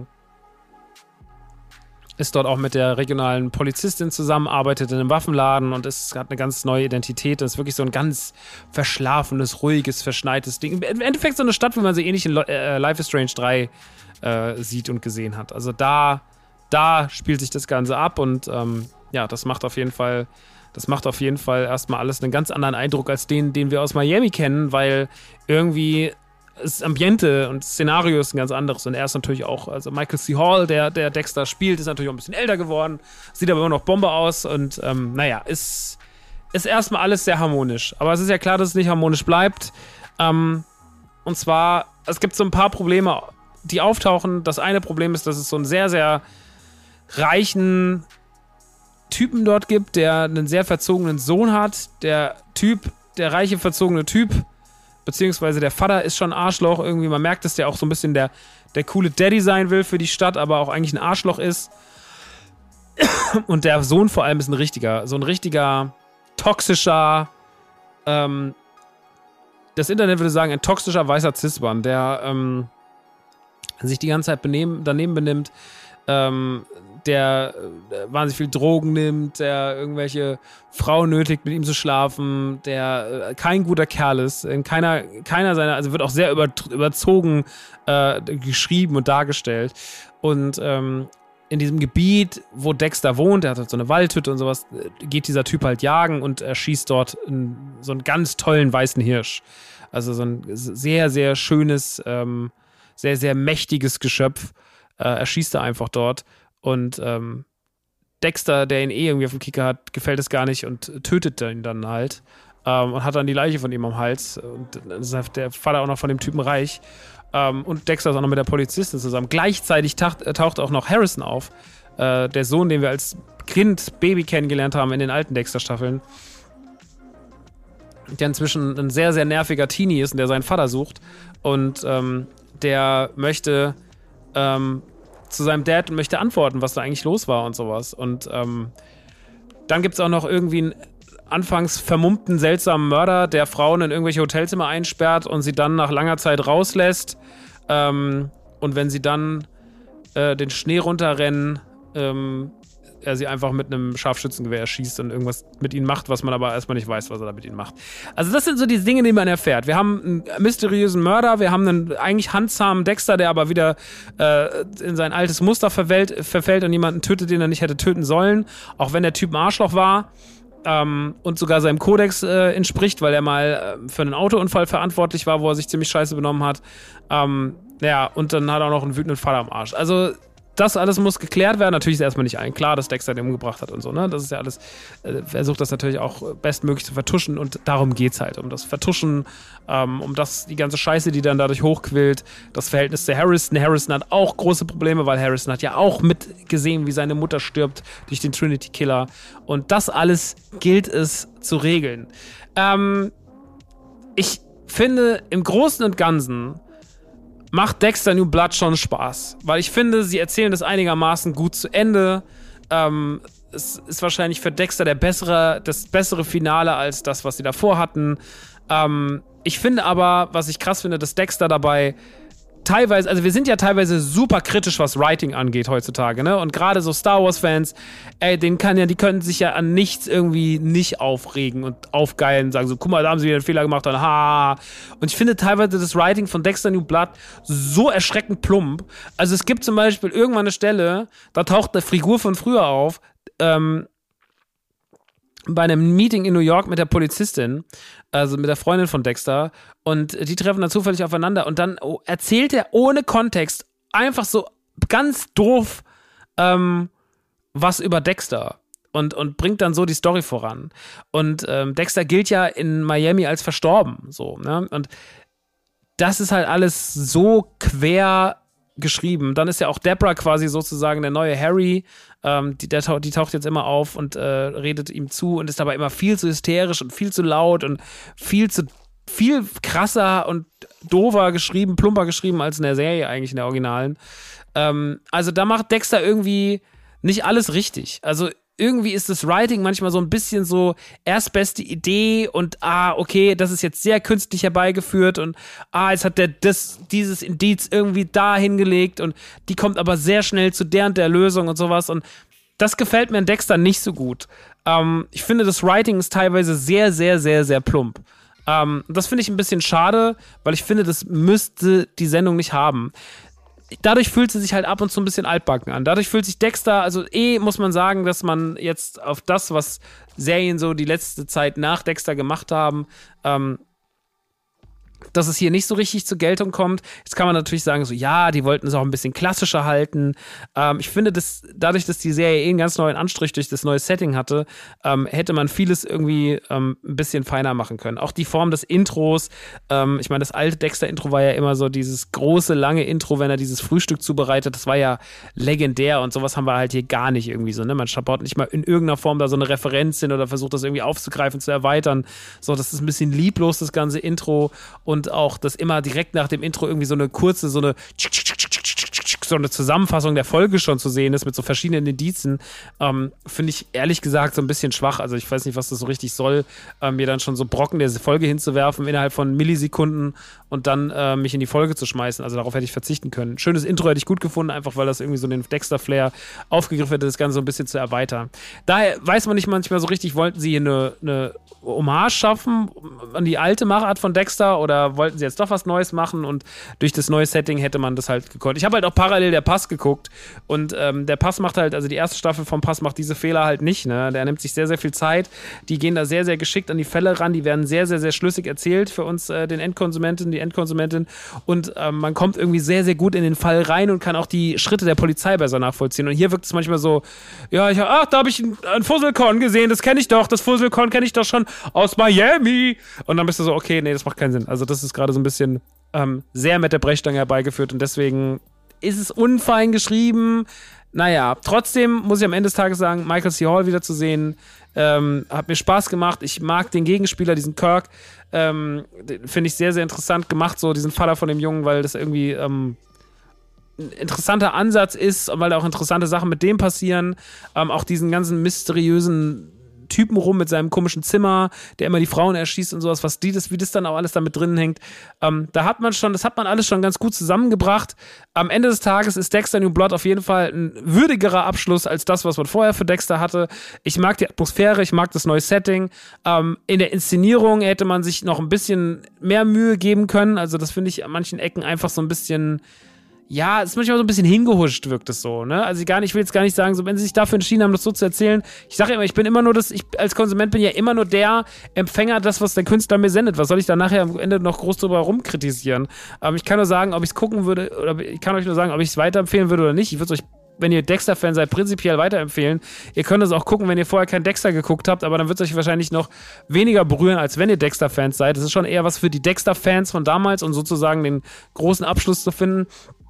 ist dort auch mit der regionalen Polizistin zusammen, arbeitet in einem Waffenladen und hat eine ganz neue Identität. Das ist wirklich so ein ganz verschlafenes, ruhiges, verschneites Ding. Im Endeffekt so eine Stadt, wie man sie ähnlich in Life is Strange 3 sieht und gesehen hat. Also da spielt sich das Ganze ab und ja, das macht auf jeden Fall erstmal alles einen ganz anderen Eindruck als den wir aus Miami kennen, weil irgendwie das Ambiente und das Szenario ist ein ganz anderes. Und er ist natürlich auch, also Michael C. Hall, der Dexter spielt, ist natürlich auch ein bisschen älter geworden, sieht aber immer noch Bombe aus und naja, ist erstmal alles sehr harmonisch. Aber es ist ja klar, dass es nicht harmonisch bleibt. Und zwar, es gibt so ein paar Probleme, die auftauchen. Das eine Problem ist, dass es so einen sehr, sehr reichen Typen dort gibt, der einen sehr verzogenen Sohn hat. Der reiche, verzogene Typ beziehungsweise der Vater ist schon ein Arschloch irgendwie. Man merkt, dass der auch so ein bisschen der coole Daddy sein will für die Stadt, aber auch eigentlich ein Arschloch ist. Und der Sohn vor allem ist ein richtiger toxischer, das Internet würde sagen, ein toxischer weißer Cis-Mann, der sich die ganze Zeit daneben benimmt, der wahnsinnig viel Drogen nimmt, der irgendwelche Frauen nötigt, mit ihm zu schlafen, der kein guter Kerl ist, keiner seiner, also wird auch sehr überzogen geschrieben und dargestellt. Und in diesem Gebiet, wo Dexter wohnt, der hat halt so eine Waldhütte und sowas, geht dieser Typ halt jagen und er schießt dort so einen ganz tollen weißen Hirsch. Also so ein sehr, sehr schönes, sehr, sehr mächtiges Geschöpf. Erschießt er einfach dort und Dexter, der ihn irgendwie auf dem Kicker hat, gefällt es gar nicht und tötet ihn dann halt und hat dann die Leiche von ihm am Hals und dann ist der Vater auch noch von dem Typen reich und Dexter ist auch noch mit der Polizistin zusammen. Gleichzeitig taucht auch noch Harrison auf, der Sohn, den wir als Baby kennengelernt haben in den alten Dexter-Staffeln, der inzwischen ein sehr, sehr nerviger Teenie ist und der seinen Vater sucht und der möchte zu seinem Dad und möchte antworten, was da eigentlich los war und sowas. Und dann gibt es auch noch irgendwie einen anfangs vermummten, seltsamen Mörder, der Frauen in irgendwelche Hotelzimmer einsperrt und sie dann nach langer Zeit rauslässt. Und wenn sie dann den Schnee runterrennen, er sie einfach mit einem Scharfschützengewehr erschießt und irgendwas mit ihnen macht, was man aber erstmal nicht weiß, was er da mit ihnen macht. Also das sind so die Dinge, die man erfährt. Wir haben einen mysteriösen Mörder, wir haben einen eigentlich handzahmen Dexter, der aber wieder in sein altes Muster verfällt und jemanden tötet, den er nicht hätte töten sollen, auch wenn der Typ ein Arschloch war und sogar seinem Kodex entspricht, weil er mal für einen Autounfall verantwortlich war, wo er sich ziemlich scheiße benommen hat. Ja, und dann hat er auch noch einen wütenden Vater am Arsch. Also das alles muss geklärt werden. Natürlich ist erstmal nicht allen klar, dass Dexter den umgebracht hat und so, ne? Das ist ja alles, versucht das natürlich auch bestmöglich zu vertuschen und darum geht's halt, um das Vertuschen, um die ganze Scheiße, die dann dadurch hochquillt, das Verhältnis zu Harrison. Harrison hat auch große Probleme, weil Harrison hat ja auch mitgesehen, wie seine Mutter stirbt durch den Trinity-Killer und das alles gilt es zu regeln. Ich finde, im Großen und Ganzen macht Dexter New Blood schon Spaß, weil ich finde, sie erzählen das einigermaßen gut zu Ende. Es ist wahrscheinlich für Dexter das bessere Finale als das, was sie davor hatten. Ich finde aber, was ich krass finde, dass Dexter dabei teilweise, also wir sind ja teilweise super kritisch, was Writing angeht heutzutage, ne? Und gerade so Star Wars-Fans, die können sich ja an nichts irgendwie nicht aufregen und aufgeilen und sagen so, guck mal, da haben sie wieder einen Fehler gemacht und ha. Und ich finde teilweise das Writing von Dexter New Blood so erschreckend plump. Also es gibt zum Beispiel irgendwann eine Stelle, da taucht eine Figur von früher auf, bei einem Meeting in New York mit der Polizistin, also mit der Freundin von Dexter, und die treffen dann zufällig aufeinander und dann erzählt er ohne Kontext einfach so ganz doof was über Dexter und bringt dann so die Story voran. Und Dexter gilt ja in Miami als verstorben, so, ne? Und das ist halt alles so quer geschrieben. Dann ist ja auch Deborah quasi sozusagen der neue Harry. Die taucht jetzt immer auf und redet ihm zu und ist dabei immer viel zu hysterisch und viel zu laut und viel krasser und doofer geschrieben, plumper geschrieben als in der Serie eigentlich, in der Originalen. Also da macht Dexter irgendwie nicht alles richtig. Also irgendwie ist das Writing manchmal so ein bisschen so erstbeste Idee und okay, das ist jetzt sehr künstlich herbeigeführt und jetzt hat der dieses Indiz irgendwie da hingelegt und die kommt aber sehr schnell zu der und der Lösung und sowas und das gefällt mir an Dexter nicht so gut. Ich finde, das Writing ist teilweise sehr, sehr, sehr, sehr plump. Das finde ich ein bisschen schade, weil ich finde, das müsste die Sendung nicht haben. Dadurch fühlt sie sich halt ab und zu ein bisschen altbacken an. Dadurch fühlt sich Dexter, also muss man sagen, dass man jetzt auf das, was Serien so die letzte Zeit nach Dexter gemacht haben, dass es hier nicht so richtig zur Geltung kommt. Jetzt kann man natürlich sagen, so ja, die wollten es auch ein bisschen klassischer halten. Ich finde, dadurch, dass die Serie einen ganz neuen Anstrich durch das neue Setting hatte, hätte man vieles irgendwie ein bisschen feiner machen können. Auch die Form des Intros. Ich meine, das alte Dexter-Intro war ja immer so dieses große, lange Intro, wenn er dieses Frühstück zubereitet. Das war ja legendär und sowas haben wir halt hier gar nicht irgendwie so. Ne? Man baut nicht mal in irgendeiner Form da so eine Referenz hin oder versucht das irgendwie aufzugreifen, zu erweitern. So, das ist ein bisschen lieblos, das ganze Intro. Und auch, dass immer direkt nach dem Intro irgendwie so eine kurze, so eine Zusammenfassung der Folge schon zu sehen ist mit so verschiedenen Indizen, finde ich ehrlich gesagt so ein bisschen schwach. Also ich weiß nicht, was das so richtig soll, mir dann schon so Brocken der Folge hinzuwerfen innerhalb von Millisekunden und dann mich in die Folge zu schmeißen. Also darauf hätte ich verzichten können. Schönes Intro hätte ich gut gefunden, einfach weil das irgendwie so den Dexter-Flair aufgegriffen hätte, das Ganze so ein bisschen zu erweitern. Daher weiß man nicht manchmal so richtig, wollten sie hier eine Hommage schaffen an die alte Machart von Dexter oder wollten sie jetzt doch was Neues machen und durch das neue Setting hätte man das halt gekonnt. Ich habe halt auch parallel der Pass geguckt und der Pass macht halt, also die erste Staffel vom Pass macht diese Fehler halt nicht, ne? Der nimmt sich sehr, sehr viel Zeit, die gehen da sehr, sehr geschickt an die Fälle ran, die werden sehr, sehr, sehr schlüssig erzählt für uns, den Endkonsumenten, die Endkonsumentin und man kommt irgendwie sehr, sehr gut in den Fall rein und kann auch die Schritte der Polizei besser nachvollziehen und hier wirkt es manchmal so, ja, da habe ich ein Fusselkorn gesehen, das kenne ich doch, das Fusselkorn kenne ich doch schon aus Miami und dann bist du so, okay, nee, das macht keinen Sinn. Also das ist gerade so ein bisschen sehr mit der Brechstange herbeigeführt und deswegen ist es unfein geschrieben. Naja, trotzdem muss ich am Ende des Tages sagen, Michael C. Hall wieder zu sehen, hat mir Spaß gemacht. Ich mag den Gegenspieler, diesen Kirk, finde ich sehr, sehr interessant gemacht, so diesen Vater von dem Jungen, weil das irgendwie ein interessanter Ansatz ist und weil da auch interessante Sachen mit dem passieren. Auch diesen ganzen mysteriösen Typen rum mit seinem komischen Zimmer, der immer die Frauen erschießt und sowas, wie das dann auch alles damit drin hängt. Das hat man alles schon ganz gut zusammengebracht. Am Ende des Tages ist Dexter New Blood auf jeden Fall ein würdigerer Abschluss als das, was man vorher für Dexter hatte. Ich mag die Atmosphäre, ich mag das neue Setting. In der Inszenierung hätte man sich noch ein bisschen mehr Mühe geben können. Also das finde ich an manchen Ecken einfach so ein bisschen, ja, es ist manchmal so ein bisschen hingehuscht, wirkt es so, ne? Also ich will jetzt gar nicht sagen, so, wenn sie sich dafür entschieden haben, das so zu erzählen, ich sage immer, ich als Konsument bin ja immer nur der Empfänger, das, was der Künstler mir sendet. Was soll ich da nachher am Ende noch groß drüber rumkritisieren? Ich kann nur sagen, ob ich es gucken würde, oder ich kann euch nur sagen, ob ich es weiterempfehlen würde oder nicht. Ich würde es euch, wenn ihr Dexter-Fan seid, prinzipiell weiterempfehlen. Ihr könnt es auch gucken, wenn ihr vorher keinen Dexter geguckt habt, aber dann wird es euch wahrscheinlich noch weniger berühren, als wenn ihr Dexter-Fans seid. Das ist schon eher was für die Dexter-Fans von damals und sozusagen den großen Abschluss zu finden.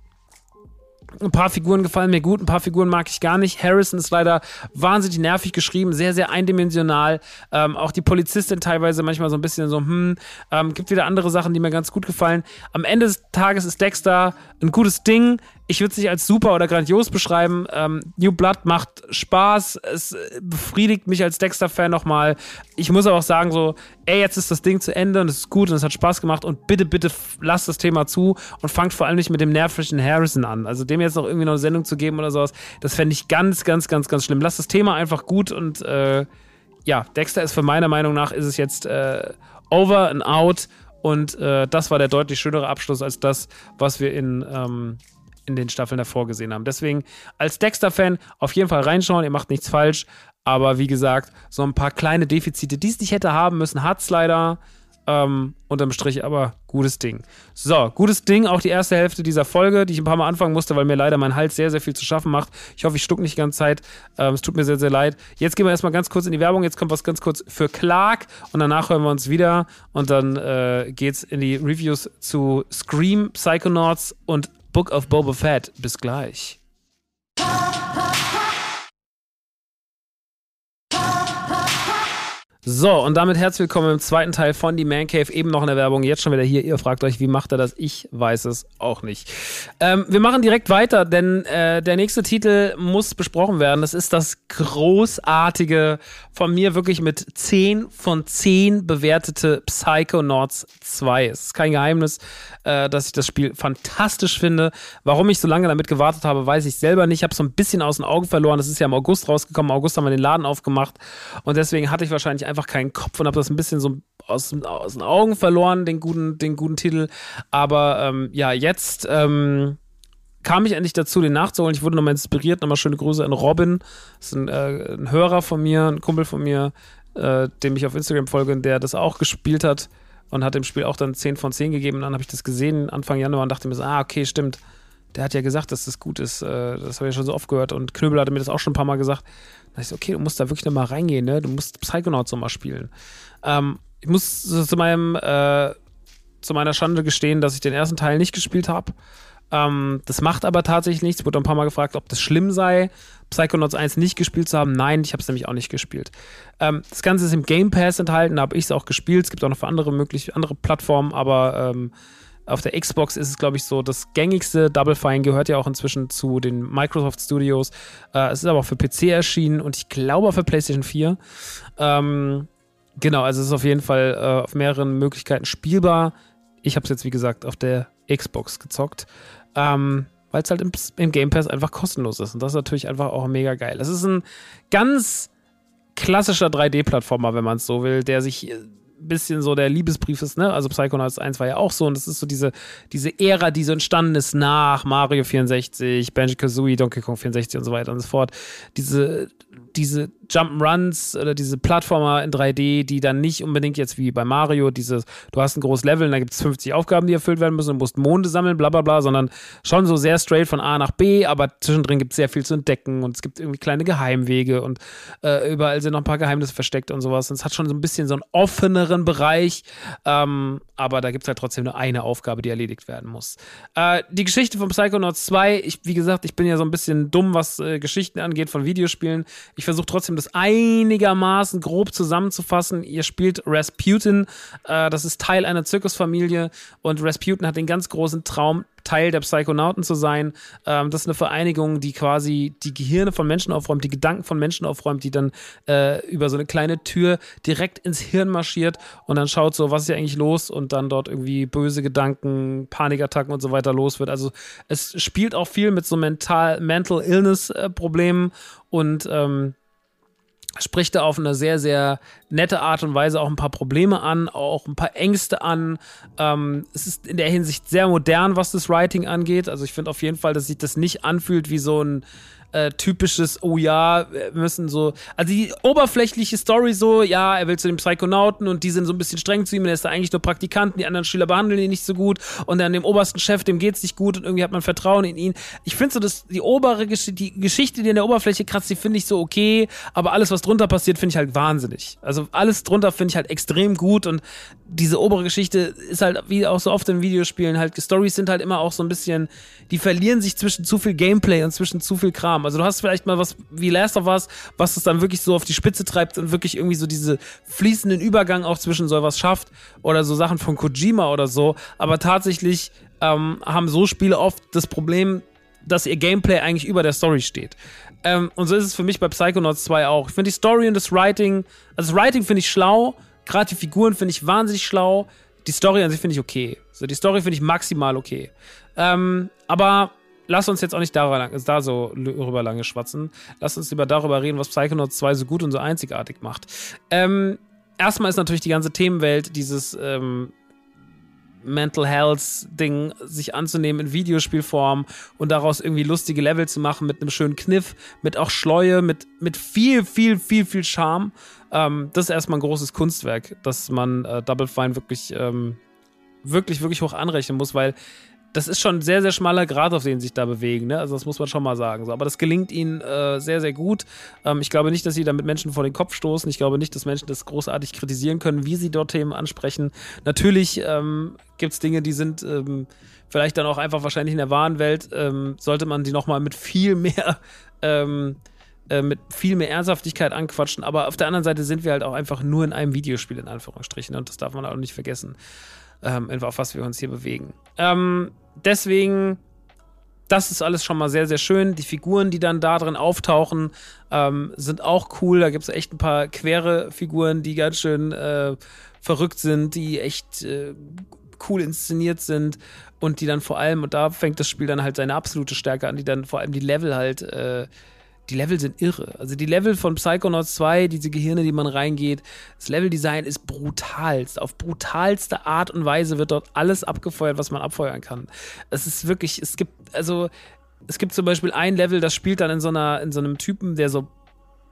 Ein paar Figuren gefallen mir gut, ein paar Figuren mag ich gar nicht. Harrison ist leider wahnsinnig nervig geschrieben, sehr, sehr eindimensional. Auch die Polizistin teilweise manchmal so ein bisschen so, gibt wieder andere Sachen, die mir ganz gut gefallen. Am Ende des Tages ist Dexter ein gutes Ding. Ich würde es nicht als super oder grandios beschreiben. New Blood macht Spaß. Es befriedigt mich als Dexter-Fan nochmal. Ich muss aber auch sagen so, jetzt ist das Ding zu Ende und es ist gut und es hat Spaß gemacht und bitte, bitte lasst das Thema zu und fangt vor allem nicht mit dem nervigen Harrison an. Also dem jetzt noch irgendwie noch eine Sendung zu geben oder sowas, das fände ich ganz, ganz, ganz, ganz schlimm. Lasst das Thema einfach gut und Dexter ist für meiner Meinung nach, ist es jetzt over and out und das war der deutlich schönere Abschluss als das, was wir in den Staffeln davor gesehen haben. Deswegen als Dexter-Fan auf jeden Fall reinschauen, ihr macht nichts falsch, aber wie gesagt, so ein paar kleine Defizite, die es nicht hätte haben müssen, hat's leider. Unterm Strich aber gutes Ding. So, gutes Ding, auch die erste Hälfte dieser Folge, die ich ein paar Mal anfangen musste, weil mir leider mein Hals sehr, sehr viel zu schaffen macht. Ich hoffe, ich stuck nicht die ganze Zeit. Es tut mir sehr, sehr leid. Jetzt gehen wir erstmal ganz kurz in die Werbung. Jetzt kommt was ganz kurz für Clark und danach hören wir uns wieder und dann geht's in die Reviews zu Scream, Psychonauts und Book of Boba Fett. Bis gleich. So, und damit herzlich willkommen im zweiten Teil von Die Man Cave. Eben noch in der Werbung, jetzt schon wieder hier. Ihr fragt euch, wie macht er das? Ich weiß es auch nicht. Wir machen direkt weiter, denn der nächste Titel muss besprochen werden. Das ist das großartige, von mir wirklich mit 10 von 10 bewertete Psychonauts 2. Es ist kein Geheimnis, dass ich das Spiel fantastisch finde. Warum ich so lange damit gewartet habe, weiß ich selber nicht. Ich habe es so ein bisschen aus den Augen verloren. Das ist ja im August rausgekommen. Im August haben wir den Laden aufgemacht und deswegen hatte ich wahrscheinlich einfach keinen Kopf und habe das ein bisschen so aus den Augen verloren, den guten Titel. Aber jetzt kam ich endlich dazu, den nachzuholen. Ich wurde nochmal inspiriert. Nochmal schöne Grüße an Robin. Das ist ein Hörer von mir, ein Kumpel von mir, dem ich auf Instagram folge und der das auch gespielt hat. und hat dem Spiel auch dann 10 von 10 gegeben. Und dann habe ich das gesehen Anfang Januar und dachte mir so, okay, stimmt. Der hat ja gesagt, dass das gut ist. Das habe ich ja schon so oft gehört. Und Knöbel hatte mir das auch schon ein paar Mal gesagt. Da dachte ich so, okay, du musst da wirklich nochmal reingehen, ne? Du musst Psychonauts nochmal spielen. Ich muss zu meiner Schande gestehen, dass ich den ersten Teil nicht gespielt habe. Das macht aber tatsächlich nichts. Ich wurde ein paar Mal gefragt, ob das schlimm sei, Psychonauts 1 nicht gespielt zu haben. Nein, ich habe es nämlich auch nicht gespielt. Das Ganze ist im Game Pass enthalten, da habe ich es auch gespielt. Es gibt auch noch für andere Plattformen, aber auf der Xbox ist es, glaube ich, so das gängigste. Double Fine gehört ja auch inzwischen zu den Microsoft Studios. Es ist aber auch für PC erschienen und ich glaube auch für PlayStation 4. Genau, also es ist auf jeden Fall auf mehreren Möglichkeiten spielbar. Ich habe es jetzt, wie gesagt, auf der Xbox gezockt, weil es halt im Game Pass einfach kostenlos ist. Und das ist natürlich einfach auch mega geil. Es ist ein ganz klassischer 3D-Plattformer, wenn man es so will, der sich ein bisschen so der Liebesbrief ist, ne? Also Psychonauts 1 war ja auch so und das ist so diese Ära, die so entstanden ist nach Mario 64, Banjo-Kazooie, Donkey Kong 64 und so weiter und so fort. Diese Jump'n'Runs oder diese Plattformer in 3D, die dann nicht unbedingt jetzt wie bei Mario du hast ein großes Level und da gibt es 50 Aufgaben, die erfüllt werden müssen und musst Monde sammeln, bla bla bla, sondern schon so sehr straight von A nach B, aber zwischendrin gibt es sehr viel zu entdecken und es gibt irgendwie kleine Geheimwege und überall sind noch ein paar Geheimnisse versteckt und sowas und es hat schon so ein bisschen so einen offeneren Bereich, aber da gibt es halt trotzdem nur eine Aufgabe, die erledigt werden muss. Die Geschichte von Psychonauts 2, wie gesagt, ich bin ja so ein bisschen dumm, was Geschichten angeht von Videospielen. Ich versuche trotzdem, das einigermaßen grob zusammenzufassen. Ihr spielt Rasputin, das ist Teil einer Zirkusfamilie und Rasputin hat den ganz großen Traum, Teil der Psychonauten zu sein. Das ist eine Vereinigung, die quasi die Gehirne von Menschen aufräumt, die Gedanken von Menschen aufräumt, die dann über so eine kleine Tür direkt ins Hirn marschiert und dann schaut so, was ist hier eigentlich los und dann dort irgendwie böse Gedanken, Panikattacken und so weiter los wird. Also es spielt auch viel mit so Mental Illness Problemen und spricht da auf eine sehr, sehr nette Art und Weise auch ein paar Probleme an, auch ein paar Ängste an. Es ist in der Hinsicht sehr modern, was das Writing angeht. Also ich finde auf jeden Fall, dass sich das nicht anfühlt wie so ein typisches, oh ja, wir müssen so, also die oberflächliche Story so, ja, er will zu den Psychonauten und die sind so ein bisschen streng zu ihm und er ist da eigentlich nur Praktikant, die anderen Schüler behandeln ihn nicht so gut und dann dem obersten Chef, dem geht's nicht gut und irgendwie hat man Vertrauen in ihn. Ich finde so, dass die Geschichte, die in der Oberfläche kratzt, die finde ich so okay, aber alles, was drunter passiert, finde ich halt wahnsinnig. Also alles drunter finde ich halt extrem gut und diese obere Geschichte ist halt, wie auch so oft in Videospielen, halt, Storys sind halt immer auch so ein bisschen, die verlieren sich zwischen zu viel Gameplay und zwischen zu viel Kram. Also du hast vielleicht mal was wie Last of Us, was es dann wirklich so auf die Spitze treibt und wirklich irgendwie so diese fließenden Übergang auch zwischen so was schafft oder so Sachen von Kojima oder so. Aber tatsächlich haben so Spiele oft das Problem, dass ihr Gameplay eigentlich über der Story steht. Und so ist es für mich bei Psychonauts 2 auch. Ich finde die Story und das Writing, also das Writing finde ich schlau, gerade die Figuren finde ich wahnsinnig schlau, die Story an sich finde ich okay. So, die Story finde ich maximal okay. Aber lass uns jetzt auch nicht da so rüber lange schwatzen. Lass uns lieber darüber reden, was Psychonauts 2 so gut und so einzigartig macht. Erstmal ist natürlich die ganze Themenwelt, dieses Mental Health-Ding sich anzunehmen in Videospielform und daraus irgendwie lustige Level zu machen mit einem schönen Kniff, mit auch Schleue, mit viel, viel, viel, viel Charme. Das ist erstmal ein großes Kunstwerk, das man Double Fine wirklich, wirklich hoch anrechnen muss, weil das ist schon ein sehr, sehr schmaler Grat, auf den sie sich da bewegen, ne? Also das muss man schon mal sagen. So. Aber das gelingt ihnen sehr, sehr gut. Ich glaube nicht, dass sie damit Menschen vor den Kopf stoßen. Ich glaube nicht, dass Menschen das großartig kritisieren können, wie sie dort Themen ansprechen. Natürlich gibt es Dinge, die sind vielleicht dann auch einfach wahrscheinlich in der wahren Welt, sollte man die nochmal mit viel mehr Ernsthaftigkeit anquatschen. Aber auf der anderen Seite sind wir halt auch einfach nur in einem Videospiel, in Anführungsstrichen. Und das darf man auch nicht vergessen, auf was wir uns hier bewegen. Deswegen, das ist alles schon mal sehr, sehr schön. Die Figuren, die dann da drin auftauchen, sind auch cool. Da gibt es echt ein paar quere Figuren, die ganz schön verrückt sind, die echt cool inszeniert sind und die dann vor allem, und da fängt das Spiel dann halt seine absolute Stärke an, die dann vor allem die Level halt die Level sind irre. Also die Level von Psychonauts 2, diese Gehirne, die man reingeht, das Leveldesign ist brutalst. Auf brutalste Art und Weise wird dort alles abgefeuert, was man abfeuern kann. Es ist wirklich, es gibt zum Beispiel ein Level, das spielt dann in so einem Typen, der so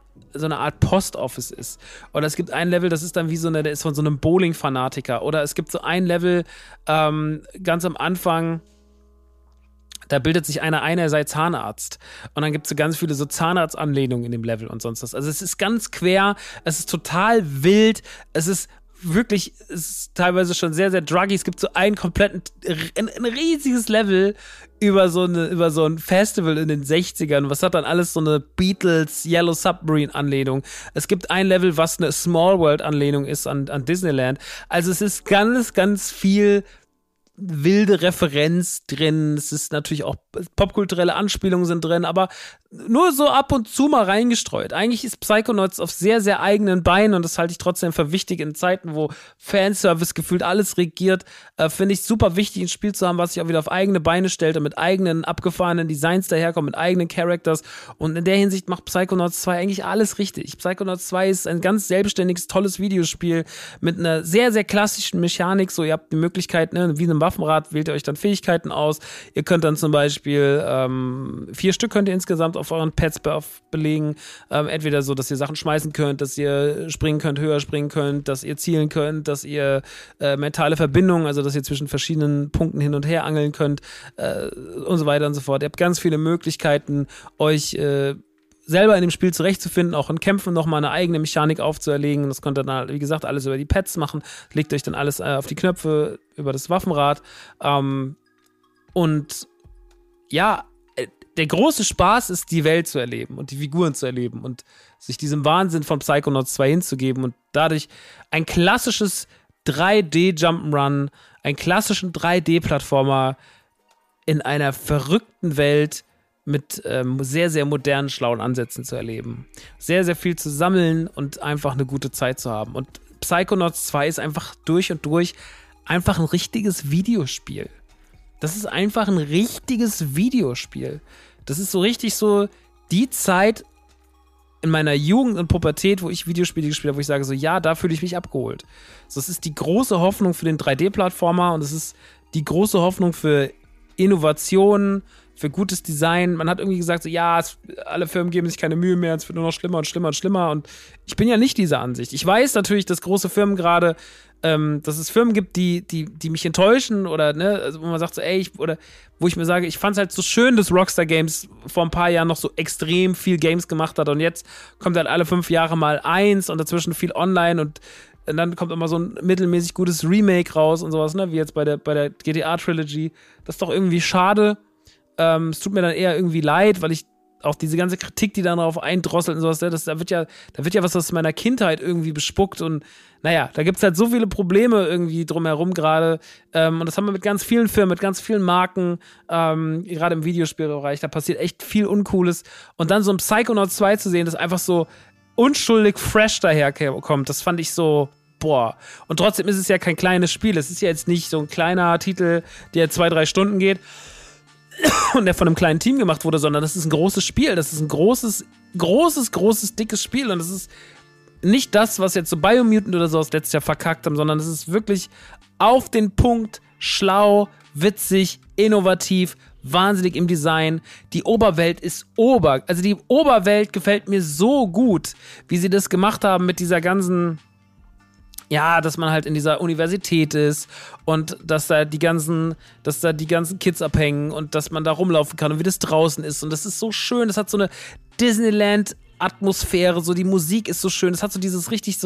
so eine Art Post-Office ist. Oder es gibt ein Level, das ist dann wie der ist von so einem Bowling-Fanatiker. Oder es gibt so ein Level, ganz am Anfang, da bildet sich einer ein, er sei Zahnarzt. Und dann gibt es so ganz viele so Zahnarztanlehnungen in dem Level und sonst was. Also es ist ganz quer, es ist total wild, es ist teilweise schon sehr, sehr druggy. Es gibt so ein riesiges Level über so ein Festival in den 60ern. Was hat dann alles so eine Beatles Yellow Submarine Anlehnung? Es gibt ein Level, was eine Small World Anlehnung ist an Disneyland. Also es ist ganz, ganz viel wilde Referenz drin, es ist natürlich auch popkulturelle Anspielungen sind drin, aber nur so ab und zu mal reingestreut. Eigentlich ist Psychonauts auf sehr, sehr eigenen Beinen und das halte ich trotzdem für wichtig in Zeiten, wo Fanservice gefühlt alles regiert. Finde ich super wichtig, ein Spiel zu haben, was sich auch wieder auf eigene Beine stellt und mit eigenen abgefahrenen Designs daherkommt, mit eigenen Characters und in der Hinsicht macht Psychonauts 2 eigentlich alles richtig. Psychonauts 2 ist ein ganz selbstständiges, tolles Videospiel mit einer sehr, sehr klassischen Mechanik, so ihr habt die Möglichkeit, ne, wie in einem Waffenrad wählt ihr euch dann Fähigkeiten aus, ihr könnt dann zum Beispiel 4 Stück könnt ihr insgesamt auf euren Pads belegen. Entweder so, dass ihr Sachen schmeißen könnt, dass ihr springen könnt, höher springen könnt, dass ihr zielen könnt, dass ihr mentale Verbindungen, also dass ihr zwischen verschiedenen Punkten hin und her angeln könnt und so weiter und so fort. Ihr habt ganz viele Möglichkeiten, euch selber in dem Spiel zurechtzufinden, auch in Kämpfen nochmal eine eigene Mechanik aufzuerlegen. Das könnt ihr dann, wie gesagt, alles über die Pads machen. Legt euch dann alles auf die Knöpfe über das Waffenrad. Und ja, der große Spaß ist, die Welt zu erleben und die Figuren zu erleben und sich diesem Wahnsinn von Psychonauts 2 hinzugeben und dadurch ein klassisches 3D-Jump'n'Run, einen klassischen 3D-Plattformer in einer verrückten Welt mit sehr, sehr modernen, schlauen Ansätzen zu erleben. Sehr, sehr viel zu sammeln und einfach eine gute Zeit zu haben. Und Psychonauts 2 ist einfach durch und durch einfach ein richtiges Videospiel. Das ist einfach ein richtiges Videospiel. Das ist so richtig so die Zeit in meiner Jugend und Pubertät, wo ich Videospiele gespielt habe, wo ich sage so, ja, da fühle ich mich abgeholt. So, es ist die große Hoffnung für den 3D-Plattformer und es ist die große Hoffnung für Innovationen, für gutes Design. Man hat irgendwie gesagt so, ja, alle Firmen geben sich keine Mühe mehr, es wird nur noch schlimmer und schlimmer und schlimmer und ich bin ja nicht dieser Ansicht. Ich weiß natürlich, dass große Firmen gerade dass es Firmen gibt, die mich enttäuschen oder, ne, also wo man sagt so, wo ich mir sage, ich fand es halt so schön, dass Rockstar Games vor ein paar Jahren noch so extrem viel Games gemacht hat und jetzt kommt halt alle 5 Jahre mal eins und dazwischen viel online und dann kommt immer so ein mittelmäßig gutes Remake raus und sowas, ne, wie jetzt bei der GTA-Trilogy. Das ist doch irgendwie schade. Es tut mir dann eher irgendwie leid, weil ich auch diese ganze Kritik, die dann darauf eindrosselt und sowas, da wird ja was aus meiner Kindheit irgendwie bespuckt und naja, da gibt's halt so viele Probleme irgendwie drumherum gerade und das haben wir mit ganz vielen Firmen, mit ganz vielen Marken, gerade im Videospielbereich, da passiert echt viel Uncooles und dann so ein Psychonauts 2 zu sehen, das einfach so unschuldig fresh daherkommt, das fand ich so, boah. Und trotzdem ist es ja kein kleines Spiel, es ist ja jetzt nicht so ein kleiner Titel, der 2-3 Stunden geht und der von einem kleinen Team gemacht wurde, sondern das ist ein großes Spiel. Das ist ein großes, dickes Spiel. Und das ist nicht das, was jetzt so Biomutant oder so aus letztes Jahr verkackt haben, sondern es ist wirklich auf den Punkt, schlau, witzig, innovativ, wahnsinnig im Design. Die Oberwelt ist also die Oberwelt gefällt mir so gut, wie sie das gemacht haben mit dieser ganzen, ja, dass man halt in dieser Universität ist und dass da die ganzen Kids abhängen und dass man da rumlaufen kann und wie das draußen ist und das ist so schön, das hat so eine Disneyland-Atmosphäre, so die Musik ist so schön, das hat so dieses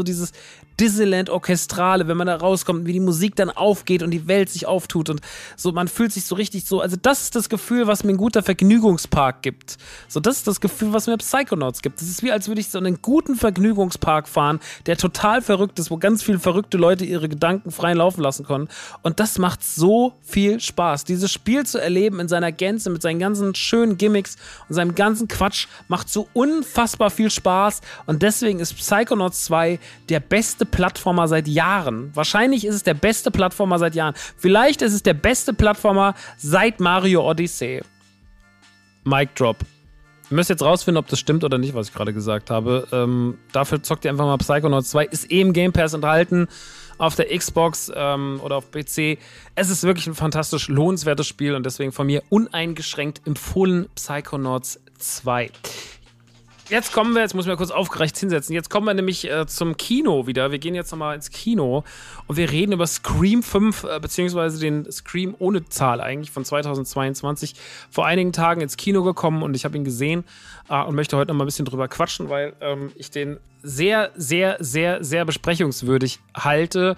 Disneyland-Orchestrale, wenn man da rauskommt, wie die Musik dann aufgeht und die Welt sich auftut und so, man fühlt sich so richtig so, also das ist das Gefühl, was mir ein guter Vergnügungspark gibt. So, das ist das Gefühl, was mir Psychonauts gibt. Das ist wie, als würde ich so in einen guten Vergnügungspark fahren, der total verrückt ist, wo ganz viele verrückte Leute ihre Gedanken frei laufen lassen können und das macht so viel Spaß. Dieses Spiel zu erleben in seiner Gänze, mit seinen ganzen schönen Gimmicks und seinem ganzen Quatsch, macht so unfassbar viel Spaß und deswegen ist Psychonauts 2 der beste Plattformer seit Jahren. Wahrscheinlich ist es der beste Plattformer seit Jahren. Vielleicht ist es der beste Plattformer seit Mario Odyssey. Mic Drop. Ihr müsst jetzt rausfinden, ob das stimmt oder nicht, was ich gerade gesagt habe. Dafür zockt ihr einfach mal Psychonauts 2. Ist im Game Pass enthalten. Auf der Xbox oder auf PC. Es ist wirklich ein fantastisch lohnenswertes Spiel und deswegen von mir uneingeschränkt empfohlen Psychonauts 2. Jetzt muss ich mal kurz aufgereicht hinsetzen. Jetzt kommen wir nämlich zum Kino wieder. Wir gehen jetzt nochmal ins Kino und wir reden über Scream 5, beziehungsweise den Scream ohne Zahl eigentlich von 2022. Vor einigen Tagen ins Kino gekommen und ich habe ihn gesehen und möchte heute nochmal ein bisschen drüber quatschen, weil ich den sehr, sehr, sehr, sehr besprechungswürdig halte.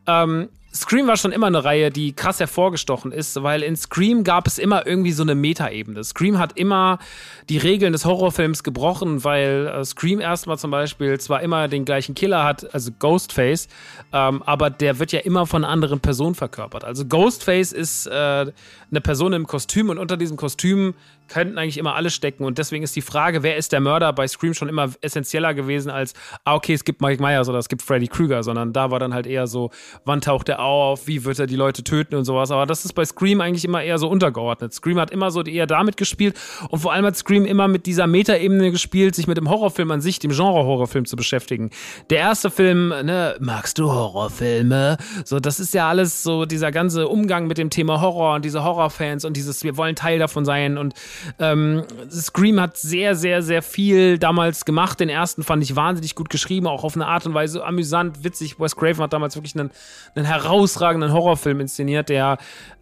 Scream war schon immer eine Reihe, die krass hervorgestochen ist, weil in Scream gab es immer irgendwie so eine Metaebene. Scream hat immer die Regeln des Horrorfilms gebrochen, weil Scream erstmal zum Beispiel zwar immer den gleichen Killer hat, also Ghostface, aber der wird ja immer von einer anderen Person verkörpert. Also Ghostface ist eine Person im Kostüm und unter diesem Kostüm könnten eigentlich immer alle stecken und deswegen ist die Frage, wer ist der Mörder, bei Scream schon immer essentieller gewesen als, okay, es gibt Mike Myers oder es gibt Freddy Krueger, sondern da war dann halt eher so, wann taucht er auf, wie wird er die Leute töten und sowas, aber das ist bei Scream eigentlich immer eher so untergeordnet. Scream hat immer so eher damit gespielt und vor allem hat Scream immer mit dieser Metaebene gespielt, sich mit dem Horrorfilm an sich, dem Genre-Horrorfilm zu beschäftigen. Der erste Film, ne, magst du Horrorfilme? So, das ist ja alles so dieser ganze Umgang mit dem Thema Horror und diese Horrorfans und dieses, wir wollen Teil davon sein und Scream hat sehr, sehr, sehr viel damals gemacht. Den ersten fand ich wahnsinnig gut geschrieben, auch auf eine Art und Weise amüsant, witzig. Wes Craven hat damals wirklich einen herausragenden Horrorfilm inszeniert, der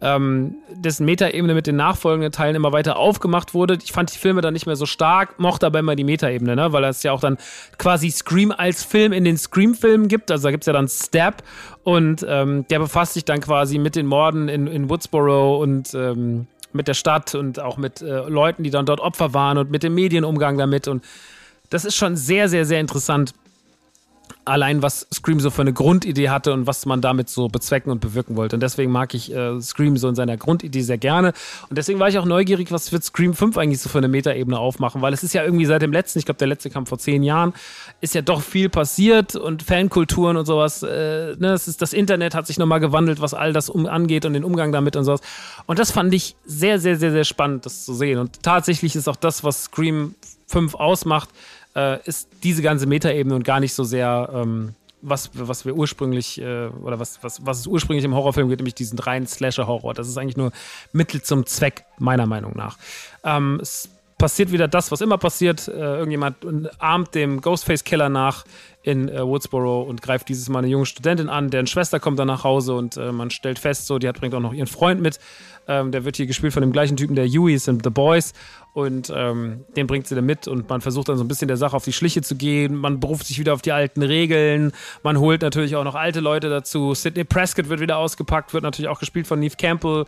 dessen Metaebene mit den nachfolgenden Teilen immer weiter aufgemacht wurde. Ich fand die Filme dann nicht mehr so stark, mochte aber immer die Metaebene, ne? Weil es ja auch dann quasi Scream als Film in den Scream-Filmen gibt. Also da gibt es ja dann Stab und der befasst sich dann quasi mit den Morden in Woodsboro und mit der Stadt und auch mit Leuten, die dann dort Opfer waren und mit dem Medienumgang damit. Und das ist schon sehr, sehr, sehr interessant. Allein, was Scream so für eine Grundidee hatte und was man damit so bezwecken und bewirken wollte. Und deswegen mag ich Scream so in seiner Grundidee sehr gerne. Und deswegen war ich auch neugierig, was wird Scream 5 eigentlich so für eine Metaebene aufmachen. Weil es ist ja irgendwie seit dem letzten, ich glaube, der letzte kam vor 10 Jahren, ist ja doch viel passiert und Fankulturen und sowas. Das Internet hat sich nochmal gewandelt, was all das angeht und den Umgang damit und sowas. Und das fand ich sehr, sehr, sehr, sehr spannend, das zu sehen. Und tatsächlich ist auch das, was Scream 5 ausmacht, ist diese ganze Metaebene und gar nicht so sehr, was wir ursprünglich, oder was es ursprünglich im Horrorfilm gibt, nämlich diesen reinen Slasher-Horror. Das ist eigentlich nur Mittel zum Zweck, meiner Meinung nach. Es passiert wieder das, was immer passiert. Irgendjemand ahmt dem Ghostface-Killer nach in Woodsboro und greift dieses Mal eine junge Studentin an, deren Schwester kommt dann nach Hause und man stellt fest, so, bringt auch noch ihren Freund mit. Der wird hier gespielt von dem gleichen Typen, der Huey ist in The Boys und den bringt sie dann mit und man versucht dann so ein bisschen der Sache auf die Schliche zu gehen. Man beruft sich wieder auf die alten Regeln. Man holt natürlich auch noch alte Leute dazu. Sidney Prescott wird wieder ausgepackt, wird natürlich auch gespielt von Neve Campbell,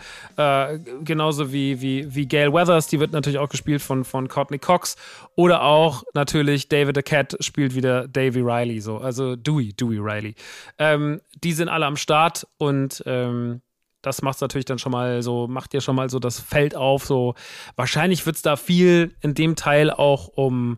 genauso wie Gail Weathers, die wird natürlich auch gespielt von Courtney Cox oder auch natürlich David the Cat spielt wieder Davy Riley, so, also Dewey Riley. Die sind alle am Start und das macht's natürlich dann schon mal so, macht ja schon mal so das Feld auf, so. Wahrscheinlich wird's da viel in dem Teil auch um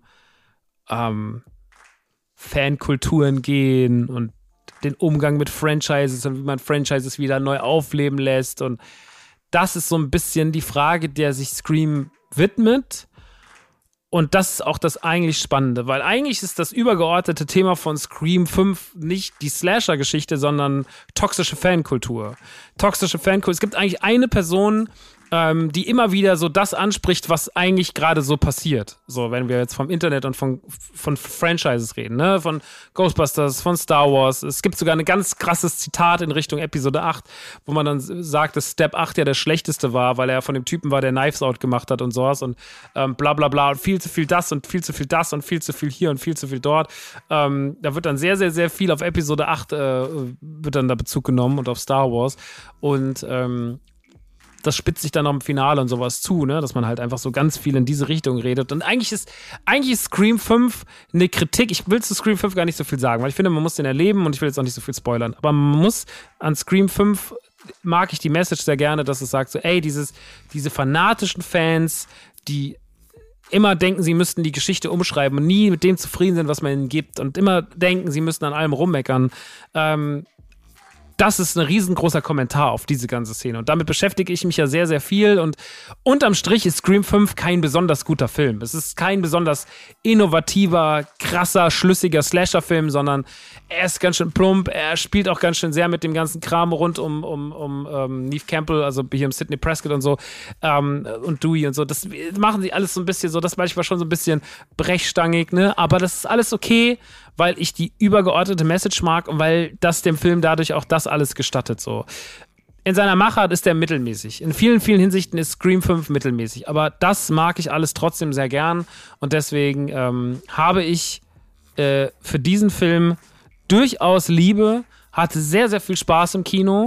Fankulturen gehen und den Umgang mit Franchises und wie man Franchises wieder neu aufleben lässt und das ist so ein bisschen die Frage, der sich Scream widmet. Und das ist auch das eigentlich Spannende, weil eigentlich ist das übergeordnete Thema von Scream 5 nicht die Slasher-Geschichte, sondern toxische Fankultur. Es gibt eigentlich eine Person, die immer wieder so das anspricht, was eigentlich gerade so passiert. So, wenn wir jetzt vom Internet und von Franchises reden, ne? Von Ghostbusters, von Star Wars. Es gibt sogar ein ganz krasses Zitat in Richtung Episode 8, wo man dann sagt, dass Step 8 ja der schlechteste war, weil er von dem Typen war, der Knives Out gemacht hat und sowas und bla bla bla und viel zu viel das und viel zu viel das und viel zu viel hier und viel zu viel dort. Da wird dann sehr, sehr, sehr viel auf Episode 8 wird dann da Bezug genommen und auf Star Wars und das spitzt sich dann noch im Finale und sowas zu, ne? Dass man halt einfach so ganz viel in diese Richtung redet. Und eigentlich ist Scream 5 eine Kritik. Ich will zu Scream 5 gar nicht so viel sagen, weil ich finde, man muss den erleben und ich will jetzt auch nicht so viel spoilern. Aber man muss an Scream 5 mag ich die Message sehr gerne, dass es sagt so, ey, diese fanatischen Fans, die immer denken, sie müssten die Geschichte umschreiben und nie mit dem zufrieden sind, was man ihnen gibt und immer denken, sie müssten an allem rummeckern. das ist ein riesengroßer Kommentar auf diese ganze Szene. Und damit beschäftige ich mich ja sehr, sehr viel. Und unterm Strich ist Scream 5 kein besonders guter Film. Es ist kein besonders innovativer, krasser, schlüssiger Slasher-Film, sondern er ist ganz schön plump. Er spielt auch ganz schön sehr mit dem ganzen Kram rund um Neve Campbell, also hier um Sidney Prescott und so, und Dewey und so. Das machen sie alles so ein bisschen so, das manchmal schon so ein bisschen brechstangig, ne? Aber das ist alles okay, weil ich die übergeordnete Message mag und weil das dem Film dadurch auch das alles gestattet. So. In seiner Machart ist er mittelmäßig. In vielen, vielen Hinsichten ist Scream 5 mittelmäßig. Aber das mag ich alles trotzdem sehr gern. Und deswegen habe ich für diesen Film durchaus Liebe, hatte sehr, sehr viel Spaß im Kino.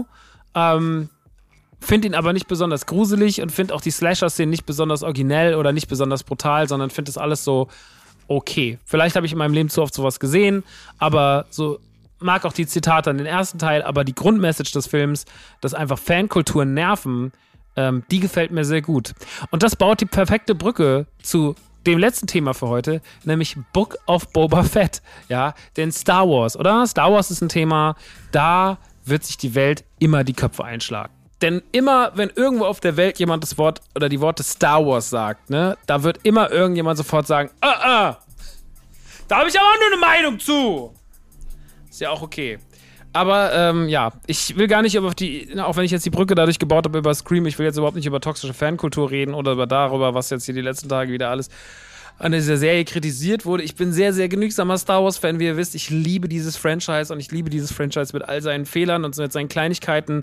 Finde ihn aber nicht besonders gruselig und finde auch die Slasher-Szenen nicht besonders originell oder nicht besonders brutal, sondern finde das alles so okay. Vielleicht habe ich in meinem Leben zu oft sowas gesehen, aber so mag auch die Zitate an den ersten Teil, aber die Grundmessage des Films, dass einfach Fankulturen nerven, die gefällt mir sehr gut. Und das baut die perfekte Brücke zu dem letzten Thema für heute, nämlich Book of Boba Fett. Ja, denn Star Wars, oder? Star Wars ist ein Thema, da wird sich die Welt immer die Köpfe einschlagen. Denn immer, wenn irgendwo auf der Welt jemand das Wort oder die Worte Star Wars sagt, ne, da wird immer irgendjemand sofort sagen, da habe ich aber auch nur eine Meinung zu. Ist ja auch okay. Aber ja, ich will gar nicht über auch wenn ich jetzt die Brücke dadurch gebaut habe über Scream, ich will jetzt überhaupt nicht über toxische Fankultur reden oder darüber, was jetzt hier die letzten Tage wieder alles an dieser Serie kritisiert wurde. Ich bin sehr, sehr genügsamer Star Wars-Fan, wie ihr wisst. Ich liebe dieses Franchise und ich liebe dieses Franchise mit all seinen Fehlern und mit seinen Kleinigkeiten.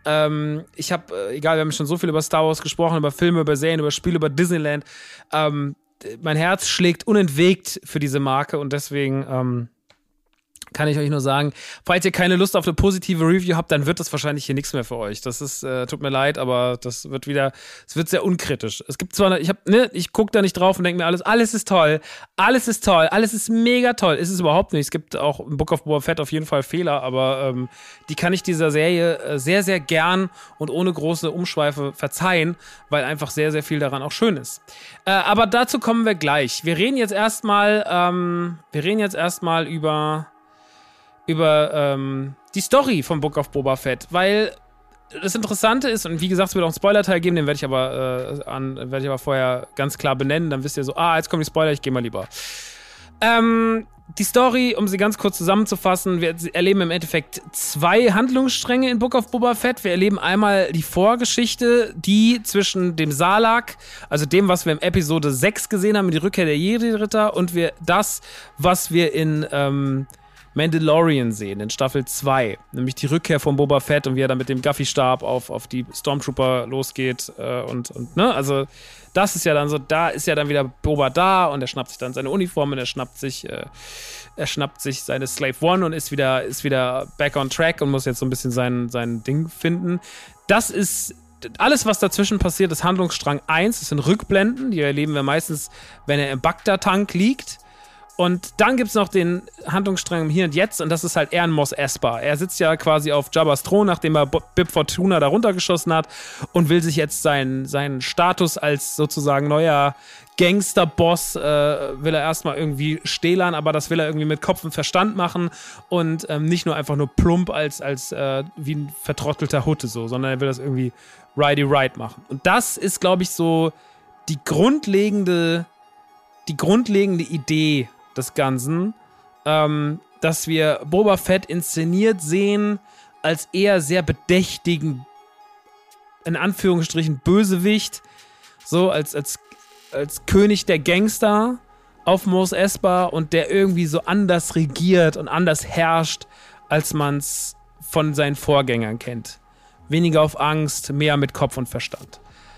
Ich habe, egal, wir haben schon so viel über Star Wars gesprochen, über Filme, über Serien, über Spiele, über Disneyland. Mein Herz schlägt unentwegt für diese Marke und deswegen kann ich euch nur sagen, falls ihr keine Lust auf eine positive Review habt, dann wird das wahrscheinlich hier nichts mehr für euch. Das ist, tut mir leid, aber es wird sehr unkritisch. Es gibt zwar, ich gucke da nicht drauf und denke mir alles ist toll, alles ist mega toll. Ist es überhaupt nicht. Es gibt auch im Book of Boba Fett auf jeden Fall Fehler, aber die kann ich dieser Serie sehr, sehr gern und ohne große Umschweife verzeihen, weil einfach sehr, sehr viel daran auch schön ist. Aber dazu kommen wir gleich. Wir reden jetzt erstmal über die Story vom Book of Boba Fett, weil das Interessante ist, und wie gesagt, es wird auch einen Spoiler-Teil geben, den werde ich aber vorher ganz klar benennen, dann wisst ihr so, jetzt kommen die Spoiler, ich gehe mal lieber. Die Story, um sie ganz kurz zusammenzufassen, wir erleben im Endeffekt 2 Handlungsstränge in Book of Boba Fett. Wir erleben einmal die Vorgeschichte, die zwischen dem Salak, also dem, was wir in Episode 6 gesehen haben, die Rückkehr der Jedi-Ritter, und was wir in Mandalorian sehen, in Staffel 2, nämlich die Rückkehr von Boba Fett und wie er dann mit dem Gaffy-Stab auf die Stormtrooper losgeht ne, also das ist ja dann so, da ist ja dann wieder Boba da und er schnappt sich dann seine Uniform und er schnappt sich seine Slave One und ist wieder back on track und muss jetzt so ein bisschen sein Ding finden. Das ist alles, was dazwischen passiert, ist Handlungsstrang 1, das sind Rückblenden, die erleben wir meistens, wenn er im Bacta-Tank liegt. Und dann gibt es noch den Handlungsstrang im Hier und Jetzt und das ist halt Eren Mos Espa. Er sitzt ja quasi auf Jabba's Thron, nachdem er Bib Fortuna da runtergeschossen hat und will sich jetzt seinen Status als sozusagen neuer Gangsterboss will er erstmal irgendwie stählern, aber das will er irgendwie mit Kopf und Verstand machen und nicht nur einfach nur plump als wie ein vertrottelter Hutte so, sondern er will das irgendwie righty right machen. Und das ist, glaube ich, so die grundlegende Idee des Ganzen, dass wir Boba Fett inszeniert sehen als eher sehr bedächtigen, in Anführungsstrichen, Bösewicht, so als König der Gangster auf Mos Espa und der irgendwie so anders regiert und anders herrscht, als man es von seinen Vorgängern kennt. Weniger auf Angst, mehr mit Kopf und Verstand.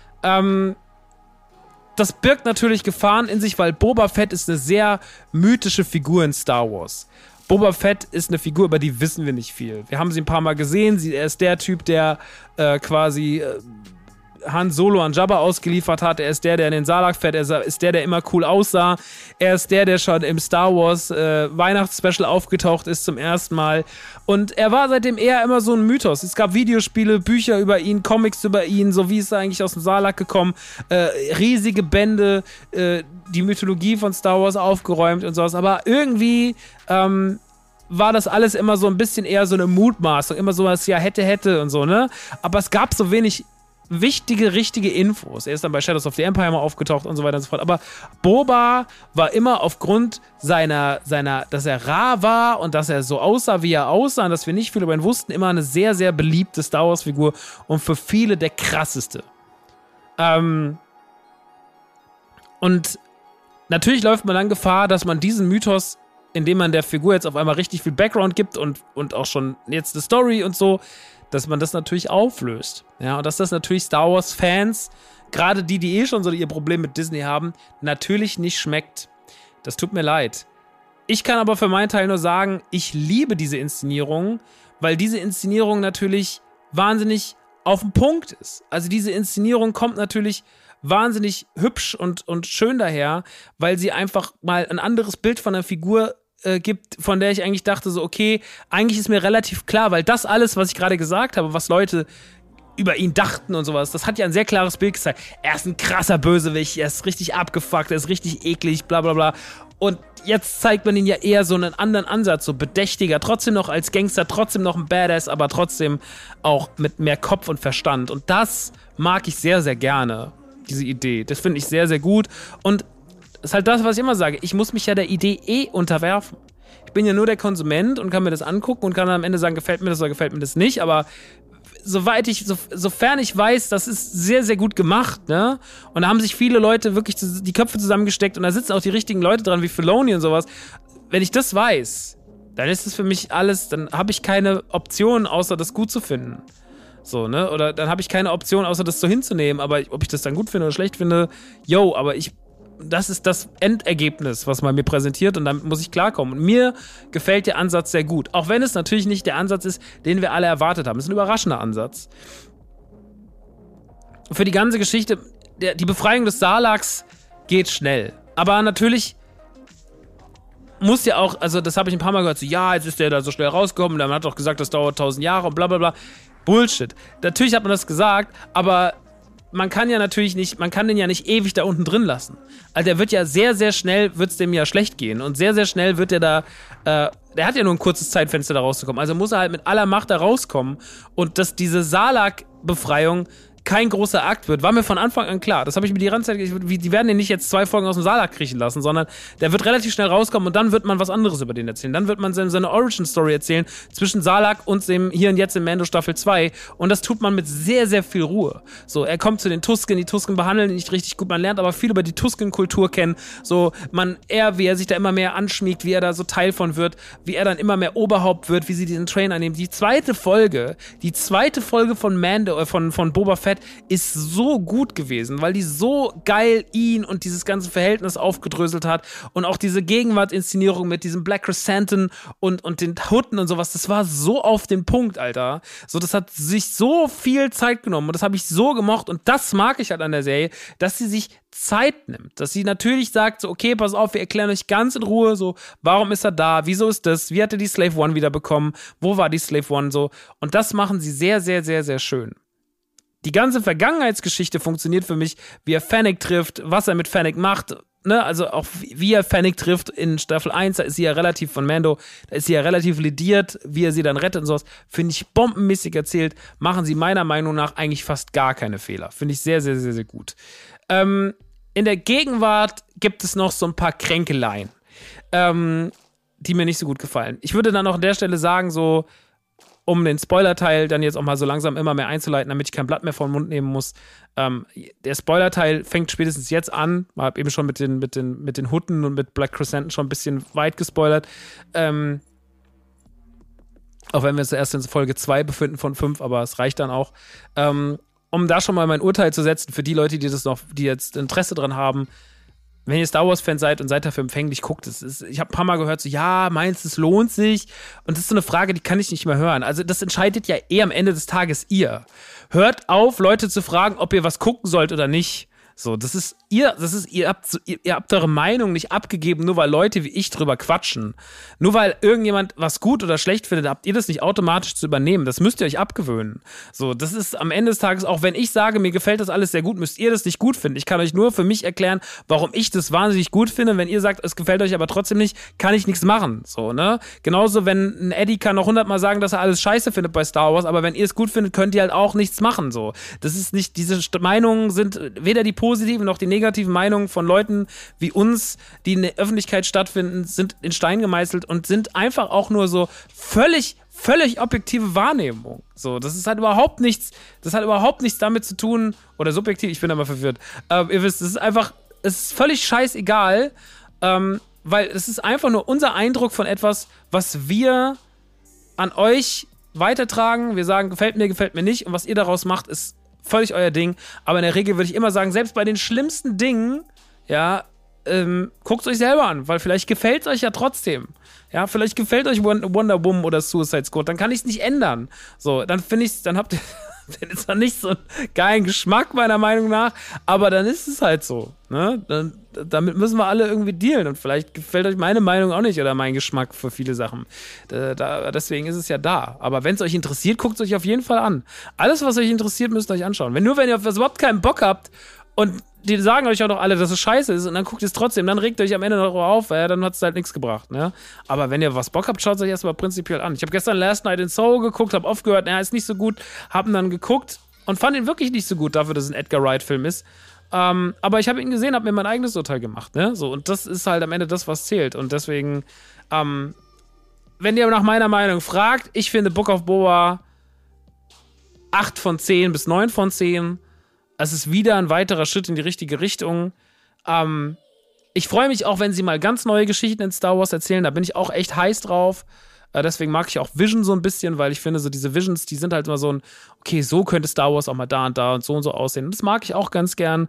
Das birgt natürlich Gefahren in sich, weil Boba Fett ist eine sehr mythische Figur in Star Wars. Boba Fett ist eine Figur, über die wissen wir nicht viel. Wir haben sie ein paar Mal gesehen. Er ist der Typ, der quasi Han Solo an Jabba ausgeliefert hat. Er ist der in den Salak fährt. Er ist der immer cool aussah. Er ist der schon im Star Wars Weihnachtsspecial aufgetaucht ist zum ersten Mal. Und er war seitdem eher immer so ein Mythos. Es gab Videospiele, Bücher über ihn, Comics über ihn, so wie ist er eigentlich aus dem Salak gekommen. Riesige Bände, die Mythologie von Star Wars aufgeräumt und sowas. Aber irgendwie war das alles immer so ein bisschen eher so eine Mutmaßung, immer sowas, ja, hätte und so, ne? Aber es gab so wenig wichtige, richtige Infos. Er ist dann bei Shadows of the Empire mal aufgetaucht und so weiter und so fort. Aber Boba war immer aufgrund seiner, dass er rar war und dass er so aussah, wie er aussah und dass wir nicht viel über ihn wussten, immer eine sehr, sehr beliebte Star Wars-Figur und für viele der krasseste. Und natürlich läuft man dann Gefahr, dass man diesen Mythos, indem man der Figur jetzt auf einmal richtig viel Background gibt und auch schon jetzt eine Story und so, dass man das natürlich auflöst. Ja, und dass das natürlich Star Wars-Fans, gerade die schon so ihr Problem mit Disney haben, natürlich nicht schmeckt. Das tut mir leid. Ich kann aber für meinen Teil nur sagen, ich liebe diese Inszenierung, weil diese Inszenierung natürlich wahnsinnig auf den Punkt ist. Also diese Inszenierung kommt natürlich wahnsinnig hübsch und schön daher, weil sie einfach mal ein anderes Bild von der Figur gibt, von der ich eigentlich dachte, so okay, eigentlich ist mir relativ klar, weil das alles, was ich gerade gesagt habe, was Leute über ihn dachten und sowas, das hat ja ein sehr klares Bild gezeigt. Er ist ein krasser Bösewicht, er ist richtig abgefuckt, er ist richtig eklig, bla bla bla. Und jetzt zeigt man ihn ja eher so einen anderen Ansatz, so bedächtiger, trotzdem noch als Gangster, trotzdem noch ein Badass, aber trotzdem auch mit mehr Kopf und Verstand. Und das mag ich sehr, sehr gerne, diese Idee. Das finde ich sehr, sehr gut. Und das ist halt das, was ich immer sage. Ich muss mich ja der Idee unterwerfen. Ich bin ja nur der Konsument und kann mir das angucken und kann dann am Ende sagen, gefällt mir das oder gefällt mir das nicht. Aber sofern ich weiß, das ist sehr, sehr gut gemacht, ne? Und da haben sich viele Leute wirklich die Köpfe zusammengesteckt und da sitzen auch die richtigen Leute dran, wie Filoni und sowas. Wenn ich das weiß, dann ist es für mich alles, dann habe ich keine Option, außer das gut zu finden. So, ne? Oder dann habe ich keine Option, außer das so hinzunehmen. Aber ob ich das dann gut finde oder schlecht finde, aber das ist das Endergebnis, was man mir präsentiert und damit muss ich klarkommen. Und mir gefällt der Ansatz sehr gut. Auch wenn es natürlich nicht der Ansatz ist, den wir alle erwartet haben. Es ist ein überraschender Ansatz. Für die ganze Geschichte, die Befreiung des Sarlacs geht schnell. Aber natürlich muss ja auch, also das habe ich ein paar Mal gehört, so, ja, jetzt ist der da so schnell rausgekommen, man hat doch gesagt, das dauert 1000 Jahre und bla bla bla. Bullshit. Natürlich hat man das gesagt, aber man kann den ja nicht ewig da unten drin lassen. Also der wird ja sehr, sehr schnell, wird es dem ja schlecht gehen. Und sehr, sehr schnell wird der hat ja nur ein kurzes Zeitfenster da rauszukommen. Also muss er halt mit aller Macht da rauskommen. Und dass diese Sarlacc-Befreiung kein großer Akt wird, war mir von Anfang an klar. Das habe ich mir die ganze Zeit, die werden den nicht jetzt 2 Folgen aus dem Sarlacc kriechen lassen, sondern der wird relativ schnell rauskommen und dann wird man was anderes über den erzählen. Dann wird man seine Origin-Story erzählen zwischen Sarlacc und dem Hier und Jetzt in Mando Staffel 2 und das tut man mit sehr, sehr viel Ruhe. So, er kommt zu den Tusken, die Tusken behandeln ihn nicht richtig gut, man lernt aber viel über die Tusken-Kultur kennen, so, wie er sich da immer mehr anschmiegt, wie er da so Teil von wird, wie er dann immer mehr Oberhaupt wird, wie sie diesen Train annehmen. Die zweite Folge von Mando, von Boba Fett ist so gut gewesen, weil die so geil ihn und dieses ganze Verhältnis aufgedröselt hat und auch diese Gegenwartsinszenierung mit diesem Black Chrysanthemum und den Hutten und sowas, das war so auf den Punkt, Alter. So, das hat sich so viel Zeit genommen und das habe ich so gemocht und das mag ich halt an der Serie, dass sie sich Zeit nimmt, dass sie natürlich sagt, so, okay, pass auf, wir erklären euch ganz in Ruhe, so, warum ist er da, wieso ist das, wie hat er die Slave One wieder bekommen, wo war die Slave One, so, und das machen sie sehr, sehr, sehr, sehr schön. Die ganze Vergangenheitsgeschichte funktioniert für mich, wie er Fennec trifft, was er mit Fennec macht, ne, also auch wie er Fennec trifft in Staffel 1, da ist sie ja relativ von Mando, da ist sie ja relativ lediert, wie er sie dann rettet und sowas, finde ich bombenmäßig erzählt, machen sie meiner Meinung nach eigentlich fast gar keine Fehler, finde ich sehr, sehr, sehr, sehr gut. In der Gegenwart gibt es noch so ein paar Kränkeleien, die mir nicht so gut gefallen. Ich würde dann auch an der Stelle sagen, so, um den Spoiler-Teil dann jetzt auch mal so langsam immer mehr einzuleiten, damit ich kein Blatt mehr vor den Mund nehmen muss. Der Spoiler-Teil fängt spätestens jetzt an. Ich habe eben schon mit den Hutten und mit Black Chrysanthemum schon ein bisschen weit gespoilert. Auch wenn wir uns erst in Folge 2 befinden von 5, aber es reicht dann auch. Um da schon mal mein Urteil zu setzen, für die Leute, die jetzt Interesse dran haben, wenn ihr Star Wars-Fan seid und seid dafür empfänglich, guckt es. Ich habe ein paar Mal gehört, so, ja, meinst du, es lohnt sich? Und das ist so eine Frage, die kann ich nicht mehr hören. Also das entscheidet ja am Ende des Tages ihr. Hört auf, Leute zu fragen, ob ihr was gucken sollt oder nicht. So, ihr habt eure Meinung nicht abgegeben, nur weil Leute wie ich drüber quatschen. Nur weil irgendjemand was gut oder schlecht findet, habt ihr das nicht automatisch zu übernehmen. Das müsst ihr euch abgewöhnen. So, das ist am Ende des Tages, auch wenn ich sage, mir gefällt das alles sehr gut, müsst ihr das nicht gut finden. Ich kann euch nur für mich erklären, warum ich das wahnsinnig gut finde. Wenn ihr sagt, es gefällt euch aber trotzdem nicht, kann ich nichts machen. So, ne? Genauso, wenn ein Eddie kann noch 100-mal sagen, dass er alles scheiße findet bei Star Wars, aber wenn ihr es gut findet, könnt ihr halt auch nichts machen. So, das ist nicht, diese Meinungen sind weder die positiven noch die negativen Meinungen von Leuten wie uns, die in der Öffentlichkeit stattfinden, sind in Stein gemeißelt und sind einfach auch nur so völlig objektive Wahrnehmung. So, das hat überhaupt nichts damit zu tun, oder subjektiv, ich bin da mal verwirrt. Ihr wisst, es ist völlig scheißegal, weil es ist einfach nur unser Eindruck von etwas, was wir an euch weitertragen. Wir sagen, gefällt mir nicht, und was ihr daraus macht, ist völlig euer Ding, aber in der Regel würde ich immer sagen, selbst bei den schlimmsten Dingen, ja, guckt es euch selber an, weil vielleicht gefällt es euch ja trotzdem. Ja, vielleicht gefällt euch Wonder Woman oder Suicide Squad, dann kann ich es nicht ändern. So, dann habt ihr zwar nicht so einen geilen Geschmack, meiner Meinung nach, aber dann ist es halt so. Ne? Damit müssen wir alle irgendwie dealen, und vielleicht gefällt euch meine Meinung auch nicht oder mein Geschmack für viele Sachen. Deswegen ist es ja da. Aber wenn es euch interessiert, guckt es euch auf jeden Fall an. Alles, was euch interessiert, müsst ihr euch anschauen. Wenn ihr auf was überhaupt keinen Bock habt und die sagen euch auch noch alle, dass es scheiße ist, und dann guckt ihr es trotzdem, dann regt ihr euch am Ende noch auf, dann hat es halt nichts gebracht. Ne? Aber wenn ihr was Bock habt, schaut es euch erstmal prinzipiell an. Ich habe gestern Last Night in Soho geguckt, habe aufgehört, ist nicht so gut, hab ihn dann geguckt und fand ihn wirklich nicht so gut dafür, dass es ein Edgar Wright-Film ist. Aber ich habe ihn gesehen, habe mir mein eigenes Urteil gemacht. Ne? So, und das ist halt am Ende das, was zählt. Und deswegen, wenn ihr nach meiner Meinung fragt, ich finde Book of Boba 8 von 10 bis 9 von 10. Es ist wieder ein weiterer Schritt in die richtige Richtung. Ich freue mich auch, wenn sie mal ganz neue Geschichten in Star Wars erzählen. Da bin ich auch echt heiß drauf. Deswegen mag ich auch Vision so ein bisschen, weil ich finde, so diese Visions, die sind halt immer so ein, okay, so könnte Star Wars auch mal da und so aussehen. Und das mag ich auch ganz gern.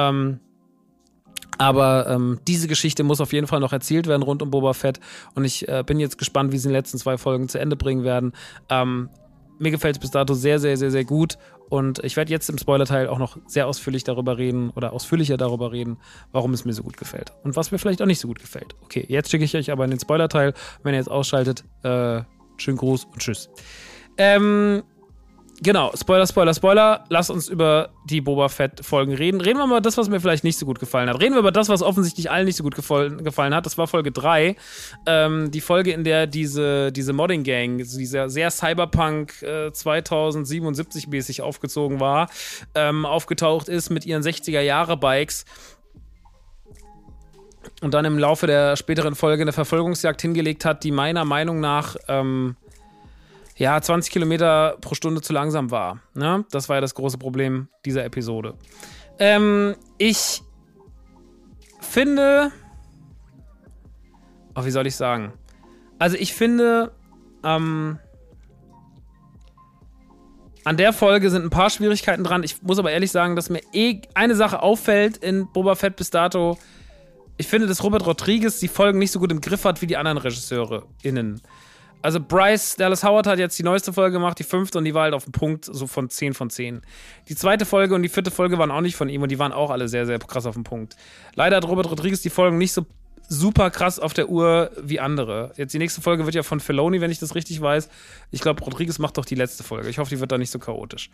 Aber diese Geschichte muss auf jeden Fall noch erzählt werden rund um Boba Fett. Und ich bin jetzt gespannt, wie sie in den letzten 2 Folgen zu Ende bringen werden. Mir gefällt es bis dato sehr, sehr, sehr, sehr gut. Und ich werde jetzt im Spoiler-Teil auch noch sehr ausführlicher darüber reden, warum es mir so gut gefällt. Und was mir vielleicht auch nicht so gut gefällt. Okay, jetzt schicke ich euch aber in den Spoiler-Teil. Wenn ihr jetzt ausschaltet, schönen Gruß und tschüss. Genau, Spoiler. Lasst uns über die Boba Fett-Folgen reden. Reden wir mal über das, was mir vielleicht nicht so gut gefallen hat. Reden wir über das, was offensichtlich allen nicht so gut gefallen hat. Das war Folge 3. Die Folge, in der diese Modding-Gang, dieser sehr Cyberpunk 2077-mäßig aufgezogen war, aufgetaucht ist mit ihren 60er-Jahre-Bikes. Und dann im Laufe der späteren Folge eine Verfolgungsjagd hingelegt hat, die meiner Meinung nach 20 Kilometer pro Stunde zu langsam war. Ne? Das war ja das große Problem dieser Episode. Ich finde, wie soll ich sagen? Also ich finde, an der Folge sind ein paar Schwierigkeiten dran. Ich muss aber ehrlich sagen, dass mir eine Sache auffällt in Boba Fett bis dato. Ich finde, dass Robert Rodriguez die Folgen nicht so gut im Griff hat wie die anderen RegisseurInnen. Also Bryce Dallas Howard hat jetzt die neueste Folge gemacht, die 5. und die war halt auf dem Punkt so von 10 von 10. Die 2. Folge und die 4. Folge waren auch nicht von ihm und die waren auch alle sehr, sehr krass auf dem Punkt. Leider hat Robert Rodriguez die Folgen nicht so super krass auf der Uhr wie andere. Jetzt die nächste Folge wird ja von Filoni, wenn ich das richtig weiß. Ich glaube, Rodriguez macht doch die letzte Folge. Ich hoffe, die wird da nicht so chaotisch.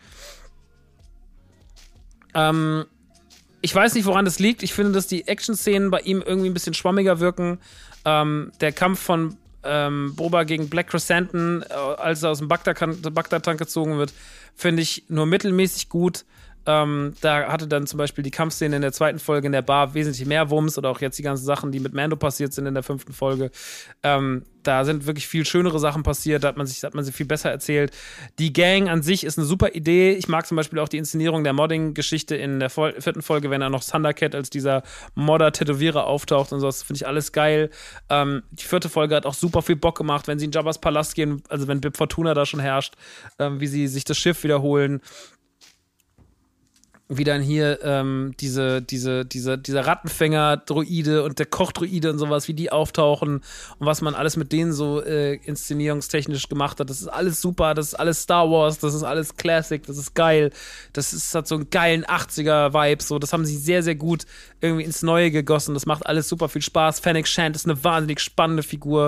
Ich weiß nicht, woran das liegt. Ich finde, dass die Action-Szenen bei ihm irgendwie ein bisschen schwammiger wirken. Der Kampf von Boba gegen Black Chrysanthemum, als er aus dem Bagdad-Tank gezogen wird, finde ich nur mittelmäßig gut. Da hatte dann zum Beispiel die Kampfszene in der 2. Folge in der Bar wesentlich mehr Wumms, oder auch jetzt die ganzen Sachen, die mit Mando passiert sind in der 5. Folge. Da sind wirklich viel schönere Sachen passiert, da hat man sie viel besser erzählt. Die Gang an sich ist eine super Idee. Ich mag zum Beispiel auch die Inszenierung der Modding-Geschichte in der 4. Folge, wenn er noch Thundercat als dieser Modder-Tätowierer auftaucht und so. Das finde ich alles geil. Die 4. Folge hat auch super viel Bock gemacht, wenn sie in Jabba's Palast gehen, also wenn Bib Fortuna da schon herrscht, wie sie sich das Schiff wiederholen. wie dann hier dieser Rattenfänger-Droide und der Koch-Droide und sowas, wie die auftauchen und was man alles mit denen so inszenierungstechnisch gemacht hat. Das ist alles super, das ist alles Star Wars, das ist alles Classic, das ist geil. Hat so einen geilen 80er-Vibe, so. Das haben sie sehr, sehr gut irgendwie ins Neue gegossen. Das macht alles super viel Spaß. Fennec Shand ist eine wahnsinnig spannende Figur.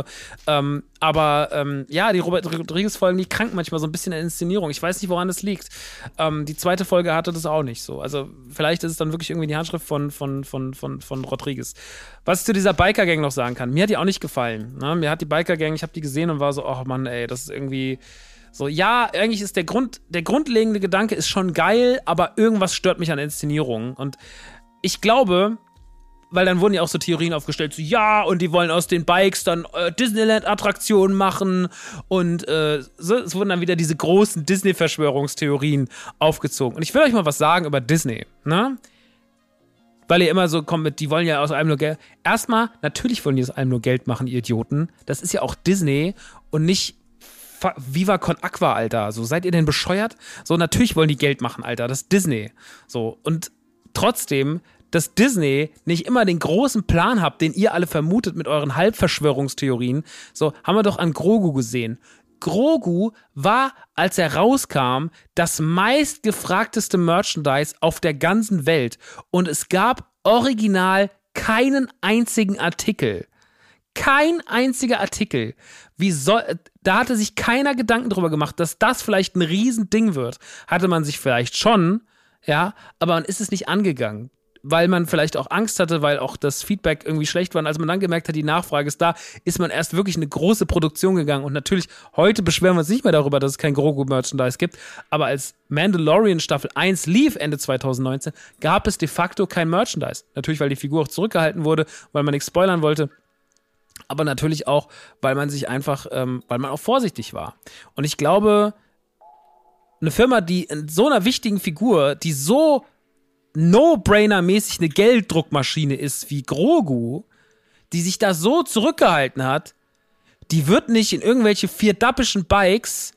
Die Robert Rodriguez-Folgen, die kranken manchmal so ein bisschen in der Inszenierung. Ich weiß nicht, woran das liegt. Die zweite Folge hatte das auch nicht so. Also vielleicht ist es dann wirklich irgendwie die Handschrift von Rodriguez. Was ich zu dieser Biker-Gang noch sagen kann, mir hat die auch nicht gefallen. Ne? Mir hat die Biker-Gang, ich habe die gesehen und war so, oh Mann, ey, das ist irgendwie so, ja, eigentlich ist der grundlegende Gedanke ist schon geil, aber irgendwas stört mich an Inszenierungen. Und ich glaube, weil dann wurden ja auch so Theorien aufgestellt, so ja, und die wollen aus den Bikes dann Disneyland-Attraktionen machen und es wurden dann wieder diese großen Disney-Verschwörungstheorien aufgezogen. Und ich will euch mal was sagen über Disney, ne? Weil ihr immer so kommt mit, die wollen ja aus allem nur Geld. Erstmal, natürlich wollen die aus allem nur Geld machen, ihr Idioten. Das ist ja auch Disney und nicht Viva Con Aqua, Alter. So, seid ihr denn bescheuert? So, natürlich wollen die Geld machen, Alter. Das ist Disney. So, und trotzdem, dass Disney nicht immer den großen Plan habt, den ihr alle vermutet mit euren Halbverschwörungstheorien, so, haben wir doch an Grogu gesehen. Grogu war, als er rauskam, das meistgefragteste Merchandise auf der ganzen Welt. Und es gab original keinen einzigen Artikel. Kein einziger Artikel. Da hatte sich keiner Gedanken drüber gemacht, dass das vielleicht ein Riesending wird. Hatte man sich vielleicht schon, ja, aber man ist es nicht angegangen. Weil man vielleicht auch Angst hatte, weil auch das Feedback irgendwie schlecht war. Und als man dann gemerkt hat, die Nachfrage ist da, ist man erst wirklich in eine große Produktion gegangen. Und natürlich, heute beschweren wir uns nicht mehr darüber, dass es kein Grogu-Merchandise gibt. Aber als Mandalorian Staffel 1 lief Ende 2019, gab es de facto kein Merchandise. Natürlich, weil die Figur auch zurückgehalten wurde, weil man nichts spoilern wollte. Aber natürlich auch, weil man sich einfach, weil man auch vorsichtig war. Und ich glaube, eine Firma, die in so einer wichtigen Figur, die so No-Brainer-mäßig eine Gelddruckmaschine ist wie Grogu, die sich da so zurückgehalten hat, die wird nicht in irgendwelche vierdappischen Bikes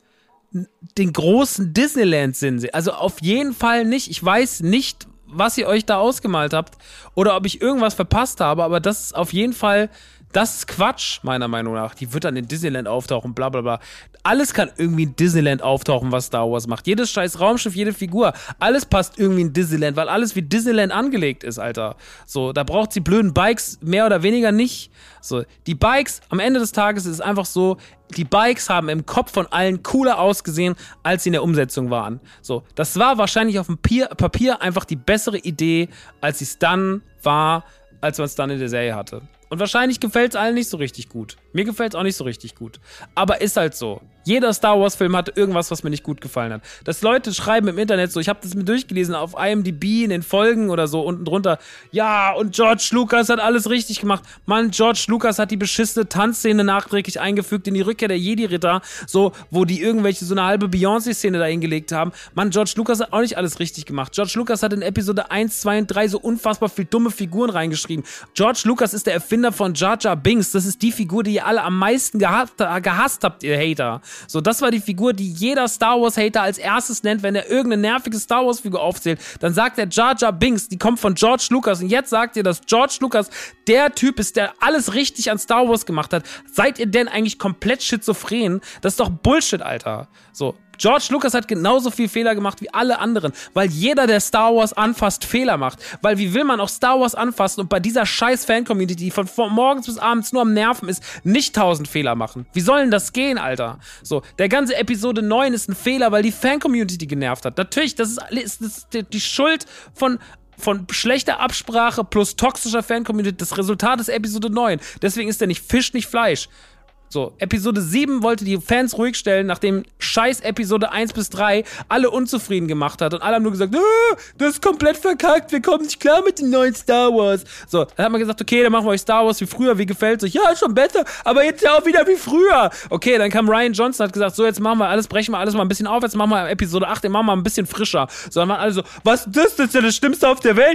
den großen Disneyland-Sinn sehen. Also auf jeden Fall nicht. Ich weiß nicht, was ihr euch da ausgemalt habt oder ob ich irgendwas verpasst habe, aber das ist auf jeden Fall, das ist Quatsch, meiner Meinung nach. Die wird dann in Disneyland auftauchen, bla bla bla. Alles kann irgendwie in Disneyland auftauchen, was Star Wars macht. Jedes scheiß Raumschiff, jede Figur, alles passt irgendwie in Disneyland, weil alles wie Disneyland angelegt ist, Alter. So, da braucht sie blöden Bikes mehr oder weniger nicht. So, die Bikes, am Ende des Tages ist es einfach so, die Bikes haben im Kopf von allen cooler ausgesehen, als sie in der Umsetzung waren. So, das war wahrscheinlich auf dem Papier einfach die bessere Idee, als es dann war, als man es dann in der Serie hatte. Und wahrscheinlich gefällt es allen nicht so richtig gut. Mir gefällt es auch nicht so richtig gut. Aber ist halt so. Jeder Star Wars-Film hatte irgendwas, was mir nicht gut gefallen hat. Dass Leute schreiben im Internet so, ich habe das mir durchgelesen auf IMDb in den Folgen oder so unten drunter. Ja, und George Lucas hat alles richtig gemacht. Mann, George Lucas hat die beschissene Tanzszene nachträglich eingefügt in die Rückkehr der Jedi-Ritter. So, wo die irgendwelche, so eine halbe Beyoncé-Szene da hingelegt haben. Mann, George Lucas hat auch nicht alles richtig gemacht. George Lucas hat in Episode 1, 2 und 3 so unfassbar viel dumme Figuren reingeschrieben. George Lucas ist der Erfinder von Jar Jar Binks. Das ist die Figur, die ihr alle am meisten gehasst habt, ihr Hater. So, das war die Figur, die jeder Star Wars-Hater als erstes nennt, wenn er irgendeine nervige Star Wars-Figur aufzählt. Dann sagt er Jar Jar Binks, die kommt von George Lucas. Und jetzt sagt ihr, dass George Lucas der Typ ist, der alles richtig an Star Wars gemacht hat. Seid ihr denn eigentlich komplett schizophren? Das ist doch Bullshit, Alter. So. George Lucas hat genauso viel Fehler gemacht wie alle anderen, weil jeder, der Star Wars anfasst, Fehler macht. Weil wie will man auch Star Wars anfassen und bei dieser scheiß Fan-Community, die von morgens bis abends nur am Nerven ist, nicht 1000 Fehler machen? Wie soll denn das gehen, Alter? So, der ganze Episode 9 ist ein Fehler, weil die Fan-Community die genervt hat. Natürlich, das ist die Schuld von schlechter Absprache plus toxischer Fan-Community. Das Resultat ist Episode 9. Deswegen ist der nicht Fisch, nicht Fleisch. So, Episode 7 wollte die Fans ruhig stellen, nachdem scheiß Episode 1 bis 3 alle unzufrieden gemacht hat und alle haben nur gesagt, das ist komplett verkackt, wir kommen nicht klar mit den neuen Star Wars. So, dann hat man gesagt, okay, dann machen wir euch Star Wars wie früher, wie gefällt's euch? Ja, ist schon besser, aber jetzt ja auch wieder wie früher. Okay, dann kam Rian Johnson, hat gesagt, so, jetzt machen wir alles, brechen wir alles mal ein bisschen auf, jetzt machen wir Episode 8, den machen wir ein bisschen frischer. So, dann waren alle so, was, das ist ja das Schlimmste auf der Welt?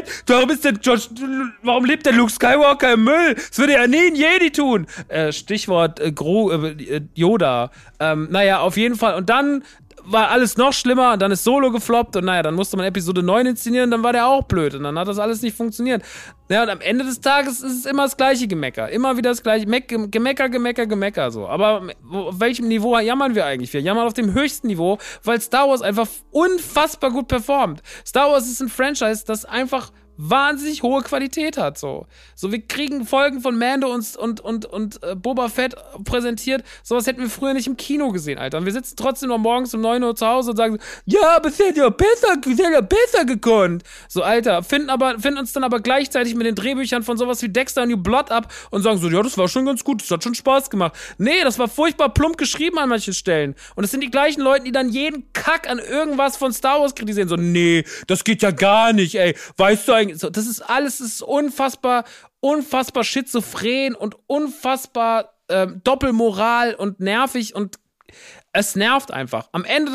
Warum lebt der Luke Skywalker im Müll? Das würde ja nie ein Jedi tun. Stichwort Yoda. Naja, auf jeden Fall. Und dann war alles noch schlimmer und dann ist Solo gefloppt und naja, dann musste man Episode 9 inszenieren und dann war der auch blöd und dann hat das alles nicht funktioniert. Ja, und am Ende des Tages ist es immer das gleiche Gemecker. Immer wieder das gleiche Gemecker, so. Aber auf welchem Niveau jammern wir eigentlich? Wir jammern auf dem höchsten Niveau, weil Star Wars einfach unfassbar gut performt. Star Wars ist ein Franchise, das einfach wahnsinnig hohe Qualität hat, so. So, wir kriegen Folgen von Mando und Boba Fett präsentiert. Sowas hätten wir früher nicht im Kino gesehen, Alter. Und wir sitzen trotzdem noch morgens um 9 Uhr zu Hause und sagen, ja, aber es hätte ja besser gekonnt. So, Alter, finden uns dann aber gleichzeitig mit den Drehbüchern von sowas wie Dexter New Blood ab und sagen so, ja, das war schon ganz gut, das hat schon Spaß gemacht. Nee, das war furchtbar plump geschrieben an manchen Stellen. Und es sind die gleichen Leute, die dann jeden Kack an irgendwas von Star Wars kritisieren. So, nee, das geht ja gar nicht, ey. Weißt du eigentlich, so, das ist alles, das ist unfassbar schizophren und unfassbar Doppelmoral und nervig und es nervt einfach. Am Ende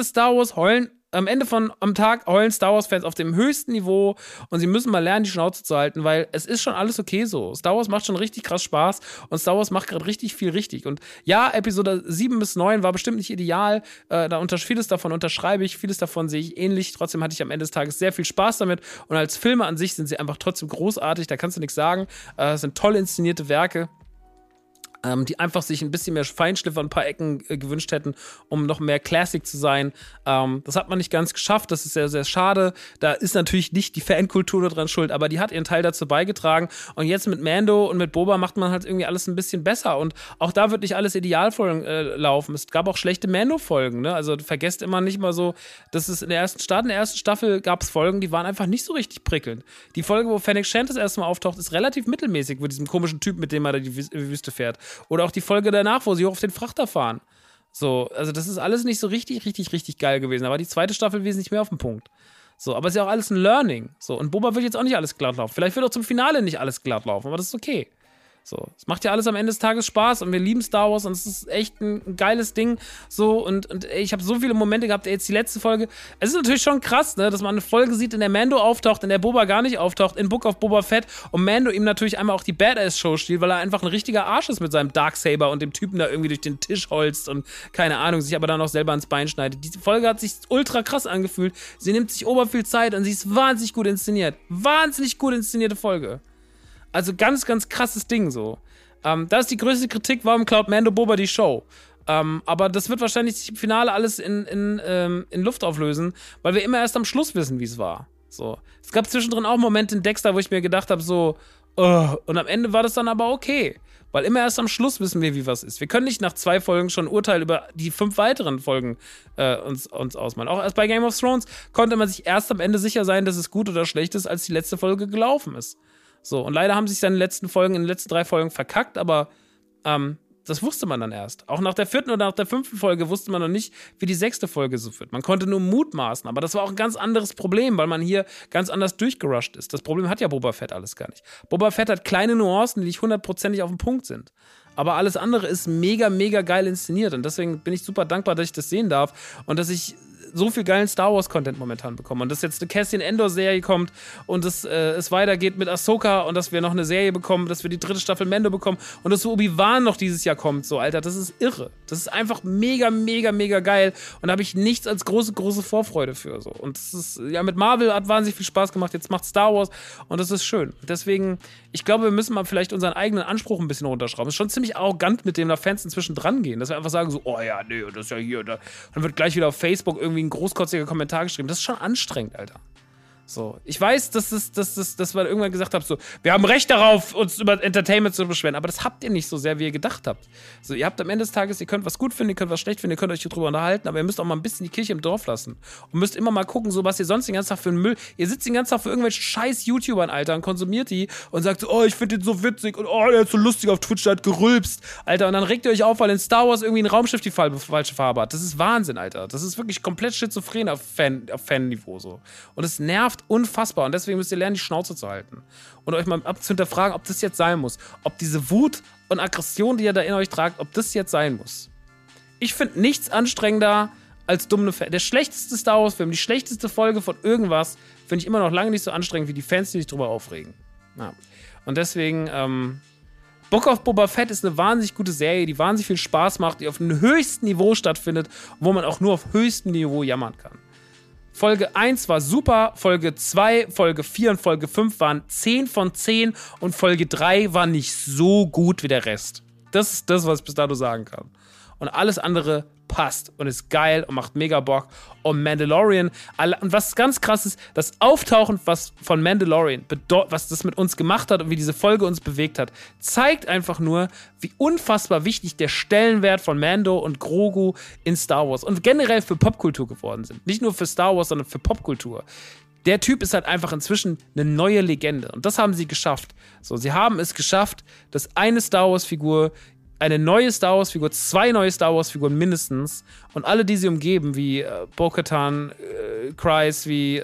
am Tag heulen Star Wars-Fans auf dem höchsten Niveau und sie müssen mal lernen, die Schnauze zu halten, weil es ist schon alles okay so. Star Wars macht schon richtig krass Spaß und Star Wars macht gerade richtig viel richtig. Und ja, Episode 7 bis 9 war bestimmt nicht ideal. Vieles davon unterschreibe ich, vieles davon sehe ich ähnlich. Trotzdem hatte ich am Ende des Tages sehr viel Spaß damit und als Filme an sich sind sie einfach trotzdem großartig, da kannst du nichts sagen. Es sind toll inszenierte Werke, die einfach sich ein bisschen mehr Feinschliff an ein paar Ecken gewünscht hätten, um noch mehr Classic zu sein. Das hat man nicht ganz geschafft, das ist sehr, sehr schade. Da ist natürlich nicht die Fankultur dran schuld, aber die hat ihren Teil dazu beigetragen. Und jetzt mit Mando und mit Boba macht man halt irgendwie alles ein bisschen besser. Und auch da wird nicht alles ideal laufen. Es gab auch schlechte Mando-Folgen, ne? Also vergesst immer nicht mal so, dass es in der ersten Staffel gab es Folgen, die waren einfach nicht so richtig prickelnd. Die Folge, wo Fennec Shand das erste Mal auftaucht, ist relativ mittelmäßig mit diesem komischen Typ, mit dem er da die Wüste fährt. Oder auch die Folge danach, wo sie hoch auf den Frachter fahren. So, also das ist alles nicht so richtig geil gewesen. Aber die zweite Staffel wesentlich mehr auf den Punkt. So, aber es ist ja auch alles ein Learning. So, und Boba wird jetzt auch nicht alles glatt laufen. Vielleicht wird auch zum Finale nicht alles glatt laufen, aber das ist okay. So, es macht ja alles am Ende des Tages Spaß und wir lieben Star Wars und es ist echt ein geiles Ding. So, und ich habe so viele Momente gehabt, jetzt die letzte Folge. Es ist natürlich schon krass, ne, dass man eine Folge sieht, in der Mando auftaucht, in der Boba gar nicht auftaucht, in Book of Boba Fett und Mando ihm natürlich einmal auch die Badass-Show stiehlt, weil er einfach ein richtiger Arsch ist mit seinem Darksaber und dem Typen da irgendwie durch den Tisch holzt und keine Ahnung, sich aber dann auch selber ans Bein schneidet. Diese Folge hat sich ultra krass angefühlt. Sie nimmt sich oberviel Zeit und sie ist wahnsinnig gut inszeniert. Wahnsinnig gut inszenierte Folge. Also ganz, ganz krasses Ding so. Das ist die größte Kritik, warum klaut Mando Boba die Show? Aber das wird wahrscheinlich sich im Finale alles in Luft auflösen, weil wir immer erst am Schluss wissen, wie es war. So. Es gab zwischendrin auch Momente in Dexter, wo ich mir gedacht habe, so, und am Ende war das dann aber okay. Weil immer erst am Schluss wissen wir, wie was ist. Wir können nicht nach 2 Folgen schon ein Urteil über die 5 weiteren Folgen uns ausmalen. Auch erst bei Game of Thrones konnte man sich erst am Ende sicher sein, dass es gut oder schlecht ist, als die letzte Folge gelaufen ist. So, und leider haben sich dann in den letzten 3 Folgen verkackt, aber das wusste man dann erst. Auch nach der 4. oder nach der 5. Folge wusste man noch nicht, wie die 6. Folge so wird. Man konnte nur mutmaßen, aber das war auch ein ganz anderes Problem, weil man hier ganz anders durchgerusht ist. Das Problem hat ja Boba Fett alles gar nicht. Boba Fett hat kleine Nuancen, die nicht 100%ig auf dem Punkt sind. Aber alles andere ist mega, mega geil inszeniert und deswegen bin ich super dankbar, dass ich das sehen darf und dass ich so viel geilen Star Wars-Content momentan bekommen. Und dass jetzt eine Cassian Andor-Serie kommt und dass es weitergeht mit Ahsoka und dass wir noch eine Serie bekommen, dass wir die 3. Staffel Mando bekommen und dass Obi-Wan noch dieses Jahr kommt. So, Alter, das ist irre. Das ist einfach mega, mega, mega geil. Und da habe ich nichts als große, große Vorfreude für. So. Und das ist, ja, mit Marvel hat wahnsinnig viel Spaß gemacht. Jetzt macht Star Wars und das ist schön. Deswegen, ich glaube, wir müssen mal vielleicht unseren eigenen Anspruch ein bisschen runterschrauben. Es ist schon ziemlich arrogant, mit dem da Fans inzwischen dran gehen. Dass wir einfach sagen so, oh ja, nee, das ist ja hier. Dann wird gleich wieder auf Facebook irgendwie ein großkotziger Kommentar geschrieben. Das ist schon anstrengend, Alter. So, ich weiß, dass wir irgendwann gesagt haben, so, wir haben Recht darauf, uns über Entertainment zu beschweren, aber das habt ihr nicht so sehr, wie ihr gedacht habt. So, ihr habt am Ende des Tages, ihr könnt was gut finden, ihr könnt was schlecht finden, ihr könnt euch drüber unterhalten, aber ihr müsst auch mal ein bisschen die Kirche im Dorf lassen. Und müsst immer mal gucken, so, was ihr sonst den ganzen Tag für einen Müll, ihr sitzt den ganzen Tag für irgendwelche scheiß YouTubern, Alter, und konsumiert die und sagt so, oh, ich finde den so witzig und oh, der ist so lustig auf Twitch, der hat gerülpst, Alter, und dann regt ihr euch auf, weil in Star Wars irgendwie ein Raumschiff die falsche Farbe hat. Das ist Wahnsinn, Alter. Das ist wirklich komplett schizophren auf Fan-Niveau, so. Und es nervt unfassbar und deswegen müsst ihr lernen, die Schnauze zu halten. Und euch mal zu hinterfragen, ob das jetzt sein muss. Ob diese Wut und Aggression, die ihr da in euch tragt, ob das jetzt sein muss. Ich finde nichts anstrengender als dumme Fans. Der schlechteste Star Wars-Film, die schlechteste Folge von irgendwas, finde ich immer noch lange nicht so anstrengend wie die Fans, die sich drüber aufregen. Ja. Und deswegen, Book of Boba Fett ist eine wahnsinnig gute Serie, die wahnsinnig viel Spaß macht, die auf einem höchsten Niveau stattfindet, wo man auch nur auf höchstem Niveau jammern kann. Folge 1 war super, Folge 2, Folge 4 und Folge 5 waren 10 von 10 und Folge 3 war nicht so gut wie der Rest. Das ist das, was ich bis dato sagen kann. Und alles andere passt und ist geil und macht mega Bock. Und Mandalorian, und was ganz krass ist, das Auftauchen von Mandalorian, was das mit uns gemacht hat und wie diese Folge uns bewegt hat, zeigt einfach nur, wie unfassbar wichtig der Stellenwert von Mando und Grogu in Star Wars und generell für Popkultur geworden sind. Nicht nur für Star Wars, sondern für Popkultur. Der Typ ist halt einfach inzwischen eine neue Legende. Und das haben sie geschafft. So, sie haben es geschafft, dass eine Star Wars-Figur, eine neue Star Wars-Figur, 2 neue Star Wars-Figuren mindestens und alle, die sie umgeben, wie Bo-Katan, Kryze, wie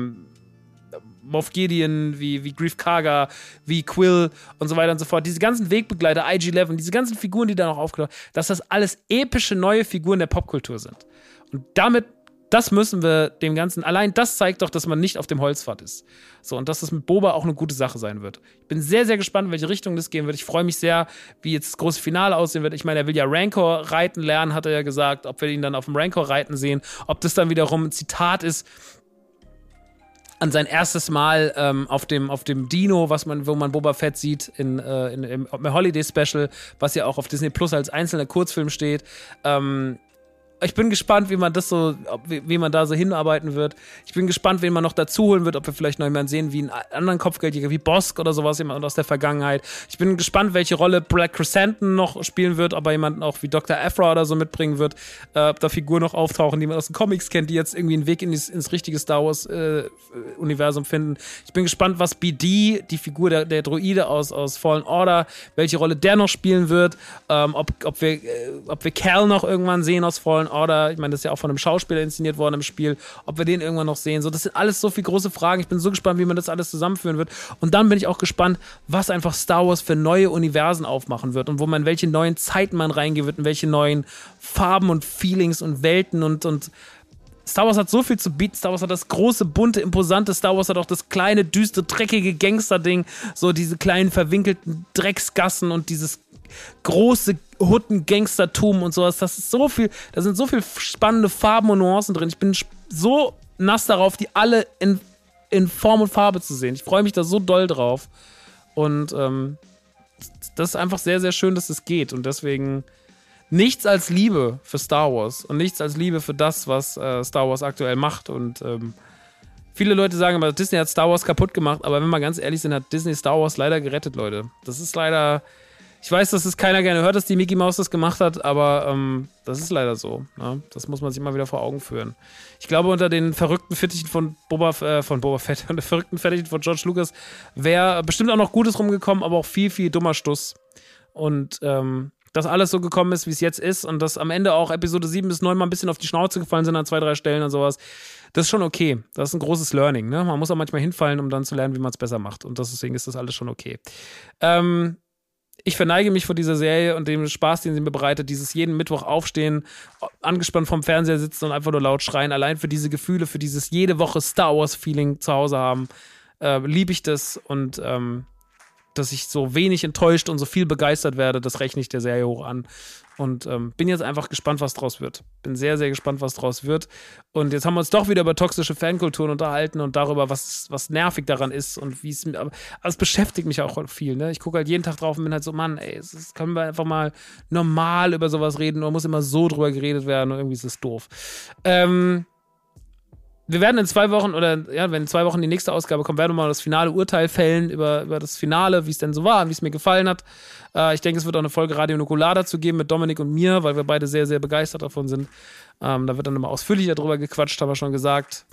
Moff Gideon, wie Greef Karga, wie Quill und so weiter und so fort. Diese ganzen Wegbegleiter, IG-11, diese ganzen Figuren, die da noch aufgetaucht sind, dass das alles epische neue Figuren der Popkultur sind. Und das müssen wir dem Ganzen, allein das zeigt doch, dass man nicht auf dem Holzpfad ist. So, und dass das mit Boba auch eine gute Sache sein wird. Ich bin sehr, sehr gespannt, in welche Richtung das gehen wird. Ich freue mich sehr, wie jetzt das große Finale aussehen wird. Ich meine, er will ja Rancor reiten lernen, hat er ja gesagt, ob wir ihn dann auf dem Rancor reiten sehen, ob das dann wiederum ein Zitat ist an sein erstes Mal auf dem Dino, wo man Boba Fett sieht im Holiday Special, was ja auch auf Disney Plus als einzelner Kurzfilm steht. Ich bin gespannt, wie man da so hinarbeiten wird. Ich bin gespannt, wen man noch dazu holen wird, ob wir vielleicht noch jemanden sehen wie einen anderen Kopfgeldjäger, wie Bosk oder sowas, jemand aus der Vergangenheit. Ich bin gespannt, welche Rolle Black Chrysanthemum noch spielen wird, ob er jemanden auch wie Dr. Aphra oder so mitbringen wird, ob da Figuren noch auftauchen, die man aus den Comics kennt, die jetzt irgendwie einen Weg ins richtige Star Wars Universum finden. Ich bin gespannt, was BD, die Figur der Droide aus Fallen Order, welche Rolle der noch spielen wird, ob wir Cal noch irgendwann sehen aus Fallen Order, ich meine, das ist ja auch von einem Schauspieler inszeniert worden im Spiel, ob wir den irgendwann noch sehen. So, das sind alles so viele große Fragen. Ich bin so gespannt, wie man das alles zusammenführen wird. Und dann bin ich auch gespannt, was einfach Star Wars für neue Universen aufmachen wird und welche neuen Zeiten man reingehen wird und welche neuen Farben und Feelings und Welten und Star Wars hat so viel zu bieten. Star Wars hat das große, bunte, imposante. Star Wars hat auch das kleine, düstere, dreckige Gangster-Ding. So diese kleinen, verwinkelten Drecksgassen und dieses große Hutten-Gangstertum und sowas. Da sind so viel spannende Farben und Nuancen drin. Ich bin so nass darauf, die alle in Form und Farbe zu sehen. Ich freue mich da so doll drauf. Und das ist einfach sehr, sehr schön, dass es geht. Und deswegen nichts als Liebe für Star Wars und nichts als Liebe für das, was Star Wars aktuell macht. Und viele Leute sagen immer, Disney hat Star Wars kaputt gemacht, aber wenn wir ganz ehrlich sind, hat Disney Star Wars leider gerettet, Leute. Das ist leider, ich weiß, dass es keiner gerne hört, dass die Mickey Mouse das gemacht hat, aber das ist leider so. Ne? Das muss man sich mal wieder vor Augen führen. Ich glaube, unter den verrückten Fittichen von Boba Fett und den verrückten Fittichen von George Lucas wäre bestimmt auch noch Gutes rumgekommen, aber auch viel, viel dummer Stuss. Und dass alles so gekommen ist, wie es jetzt ist und dass am Ende auch Episode 7 bis 9 mal ein bisschen auf die Schnauze gefallen sind an 2, 3 Stellen und sowas, das ist schon okay. Das ist ein großes Learning. Ne? Man muss auch manchmal hinfallen, um dann zu lernen, wie man es besser macht. Und deswegen ist das alles schon okay. Ich verneige mich vor dieser Serie und dem Spaß, den sie mir bereitet, dieses jeden Mittwoch aufstehen, angespannt vorm Fernseher sitzen und einfach nur laut schreien. Allein für diese Gefühle, für dieses jede Woche Star Wars-Feeling zu Hause haben, liebe ich das und dass ich so wenig enttäuscht und so viel begeistert werde, das rechne ich der Serie hoch an. Und bin jetzt einfach gespannt, was draus wird. Bin sehr, sehr gespannt, was draus wird. Und jetzt haben wir uns doch wieder über toxische Fankulturen unterhalten und darüber, was nervig daran ist und wie es. Aber es beschäftigt mich auch viel. Ne? Ich gucke halt jeden Tag drauf und bin halt so, Mann, ey, können wir einfach mal normal über sowas reden oder muss immer so drüber geredet werden und irgendwie ist es doof. Wir werden in 2 Wochen wenn in 2 Wochen die nächste Ausgabe kommt, werden wir mal das finale Urteil fällen über das Finale, wie es denn so war und wie es mir gefallen hat. Ich denke, es wird auch eine Folge Radio Nukular dazu geben mit Dominik und mir, weil wir beide sehr, sehr begeistert davon sind. Da wird dann nochmal ausführlicher drüber gequatscht, haben wir schon gesagt.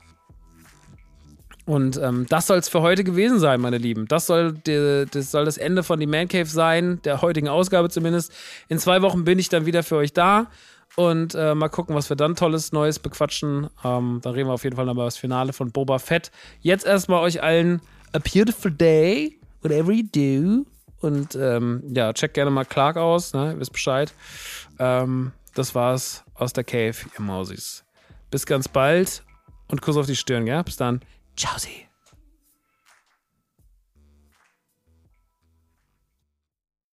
Und das soll es für heute gewesen sein, meine Lieben. Das soll das Ende von Die Man Cave sein, der heutigen Ausgabe zumindest. In 2 Wochen bin ich dann wieder für euch da. Und mal gucken, was wir dann Tolles, Neues bequatschen. Dann reden wir auf jeden Fall nochmal über das Finale von Boba Fett. Jetzt erstmal euch allen a beautiful day, whatever you do. Und checkt gerne mal Clark aus, ne? Ihr wisst Bescheid. Das war's aus der Cave, ihr Mausis. Bis ganz bald und Kuss auf die Stirn, gell? Bis dann. Ciao, sie.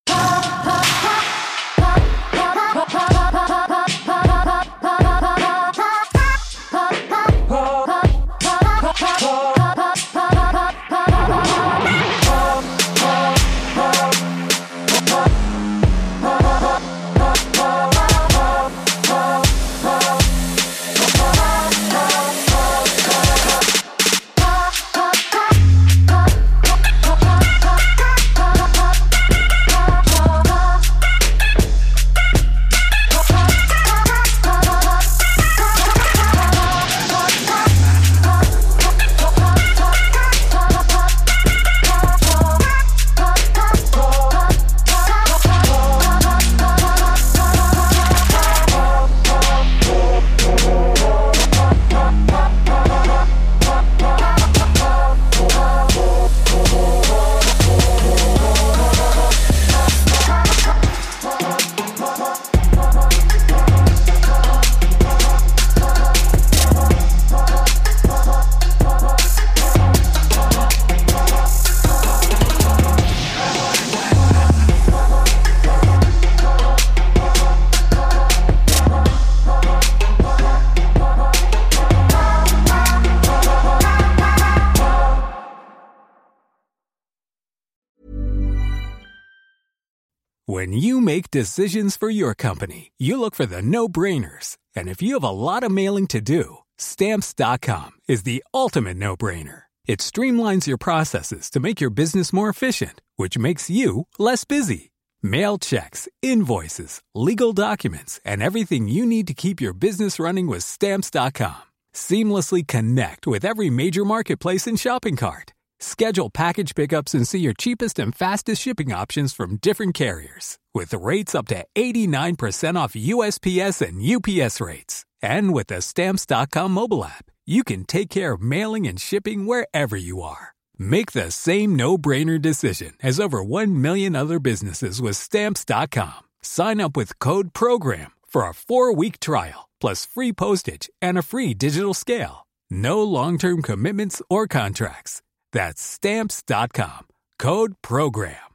When you make decisions for your company, you look for the no-brainers. And if you have a lot of mailing to do, Stamps.com is the ultimate no-brainer. It streamlines your processes to make your business more efficient, which makes you less busy. Mail checks, invoices, legal documents, and everything you need to keep your business running with Stamps.com. Seamlessly connect with every major marketplace and shopping cart. Schedule package pickups and see your cheapest and fastest shipping options from different carriers, with rates up to 89% off USPS and UPS rates. And with the Stamps.com mobile app, you can take care of mailing and shipping wherever you are. Make the same no-brainer decision as over 1 million other businesses with Stamps.com. Sign up with code PROGRAM for a 4-week trial, plus free postage and a free digital scale. No long-term commitments or contracts. That's Stamps.com. Code PROGRAM.